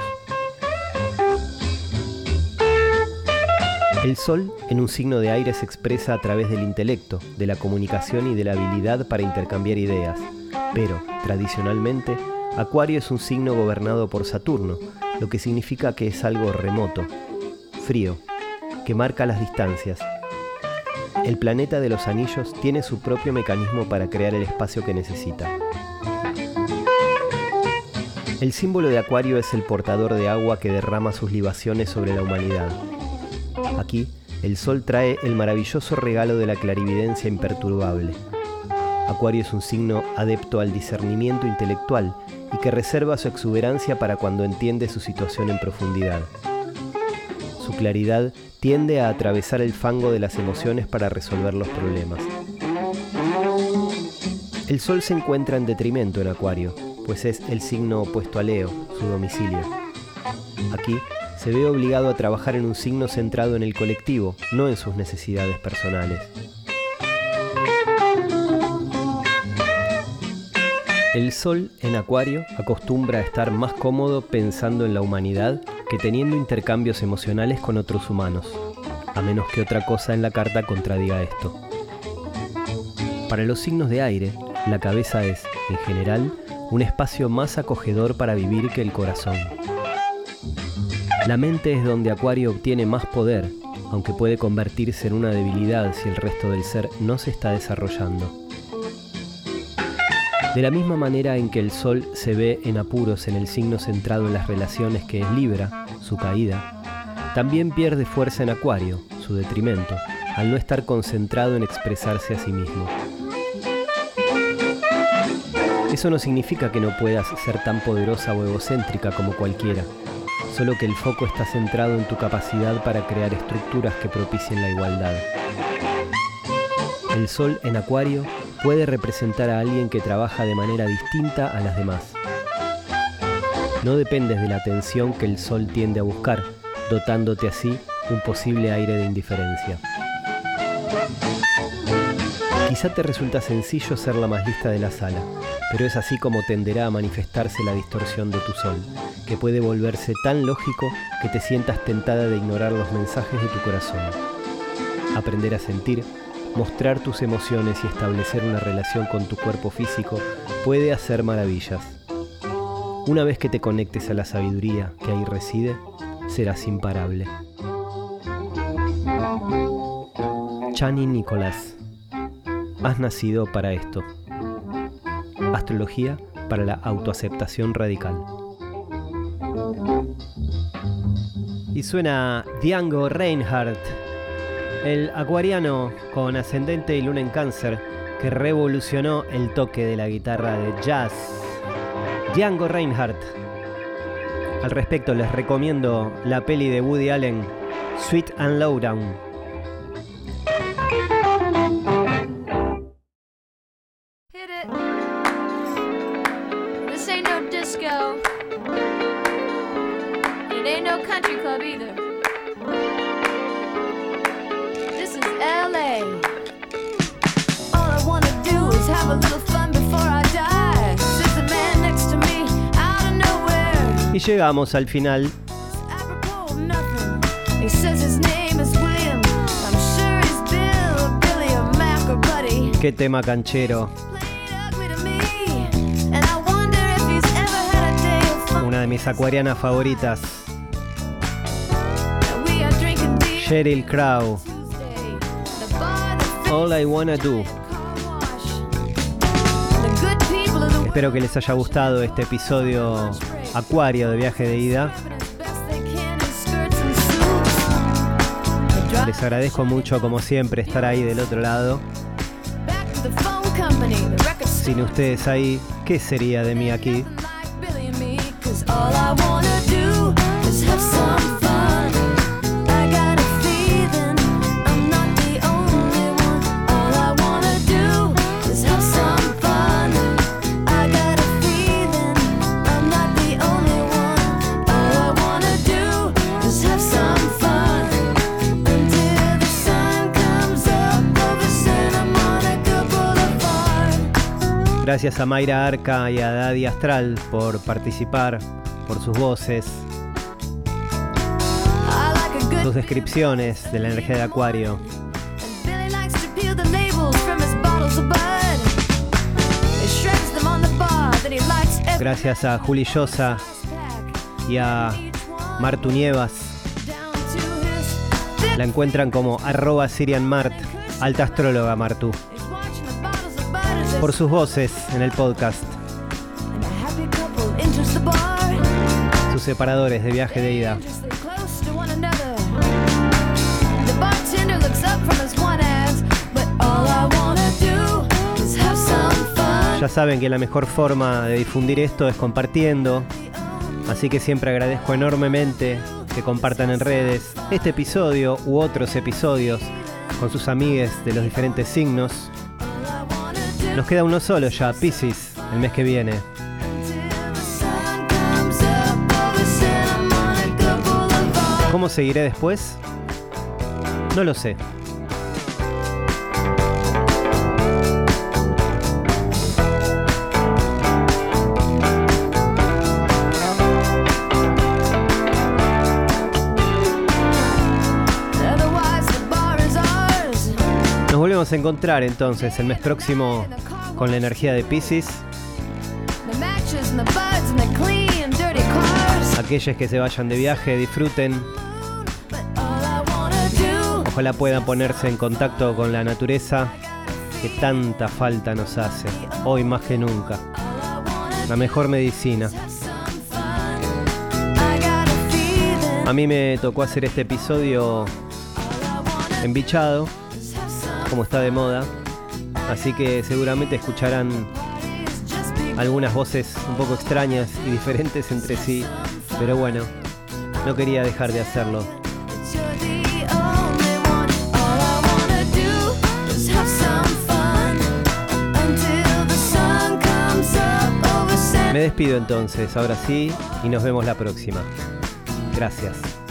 El sol en un signo de aire se expresa a través del intelecto, de la comunicación y de la habilidad para intercambiar ideas. Pero, tradicionalmente, Acuario es un signo gobernado por Saturno, lo que significa que es algo remoto, frío, que marca las distancias. El planeta de los anillos tiene su propio mecanismo para crear el espacio que necesita. El símbolo de Acuario es el portador de agua que derrama sus libaciones sobre la humanidad. Aquí, el sol trae el maravilloso regalo de la clarividencia imperturbable. Acuario es un signo adepto al discernimiento intelectual y que reserva su exuberancia para cuando entiende su situación en profundidad. Su claridad tiende a atravesar el fango de las emociones para resolver los problemas. El Sol se encuentra en detrimento en Acuario, pues es el signo opuesto a Leo, su domicilio. Aquí se ve obligado a trabajar en un signo centrado en el colectivo, no en sus necesidades personales. El Sol en Acuario acostumbra a estar más cómodo pensando en la humanidad que teniendo intercambios emocionales con otros humanos, a menos que otra cosa en la carta contradiga esto. Para los signos de aire, la cabeza es, en general, un espacio más acogedor para vivir que el corazón. La mente es donde Acuario obtiene más poder, aunque puede convertirse en una debilidad si el resto del ser no se está desarrollando. De la misma manera en que el Sol se ve en apuros en el signo centrado en las relaciones que es Libra, su caída, también pierde fuerza en Acuario, su detrimento, al no estar concentrado en expresarse a sí mismo. Eso no significa que no puedas ser tan poderosa o egocéntrica como cualquiera, solo que el foco está centrado en tu capacidad para crear estructuras que propicien la igualdad. El Sol en Acuario puede representar a alguien que trabaja de manera distinta a las demás. No dependes de la atención que el Sol tiende a buscar, dotándote así un posible aire de indiferencia. Quizá te resulta sencillo ser la más lista de la sala, pero es así como tenderá a manifestarse la distorsión de tu Sol, que puede volverse tan lógico que te sientas tentada de ignorar los mensajes de tu corazón. Aprender a sentir, mostrar tus emociones y establecer una relación con tu cuerpo físico puede hacer maravillas. Una vez que te conectes a la sabiduría que ahí reside, serás imparable. Chani Nicolás. Has nacido para esto. Astrología para la autoaceptación radical. Y suena Django Reinhardt, el acuariano con ascendente y luna en Cáncer que revolucionó el toque de la guitarra de jazz. Django Reinhardt. Al respecto les recomiendo la peli de Woody Allen, Sweet and Lowdown. Hit it. This ain't no disco. It ain't no country club either. L A. All I wanna do is have a little fun before I die. There's a man next to me out of nowhere. Y llegamos al final. He says his name is William. I'm sure he's Bill or Billy or Mac or Buddy. Qué tema canchero. Una de mis acuarianas favoritas. Sheryl Crow. All I Wanna Do. Espero que les haya gustado este episodio Acuario de Viaje de Ida. Les agradezco mucho, como siempre, estar ahí del otro lado. Sin ustedes ahí, ¿qué sería de mí aquí? Gracias a Mayra Arca y a Daddy Astral por participar, por sus voces, sus descripciones de la energía de Acuario. Gracias a Juli Llosa y a Martu Nievas. La encuentran como arroba SirianMart, alta astróloga Martu. Por sus voces en el podcast. Sus separadores de Viaje de Ida. Ya saben que la mejor forma de difundir esto es compartiendo, así que siempre agradezco enormemente que compartan en redes este episodio u otros episodios con sus amigues de los diferentes signos. Nos queda uno solo ya, Piscis, el mes que viene. ¿Cómo seguiré después? No lo sé. Nos volvemos a encontrar entonces el mes próximo con la energía de Piscis. Aquellos que se vayan de viaje, disfruten. Ojalá puedan ponerse en contacto con la naturaleza que tanta falta nos hace, hoy más que nunca. La mejor medicina. A mí me tocó hacer este episodio embichado, como está de moda, así que seguramente escucharán algunas voces un poco extrañas y diferentes entre sí, pero bueno, no quería dejar de hacerlo. Me despido entonces, ahora sí, y nos vemos la próxima. Gracias.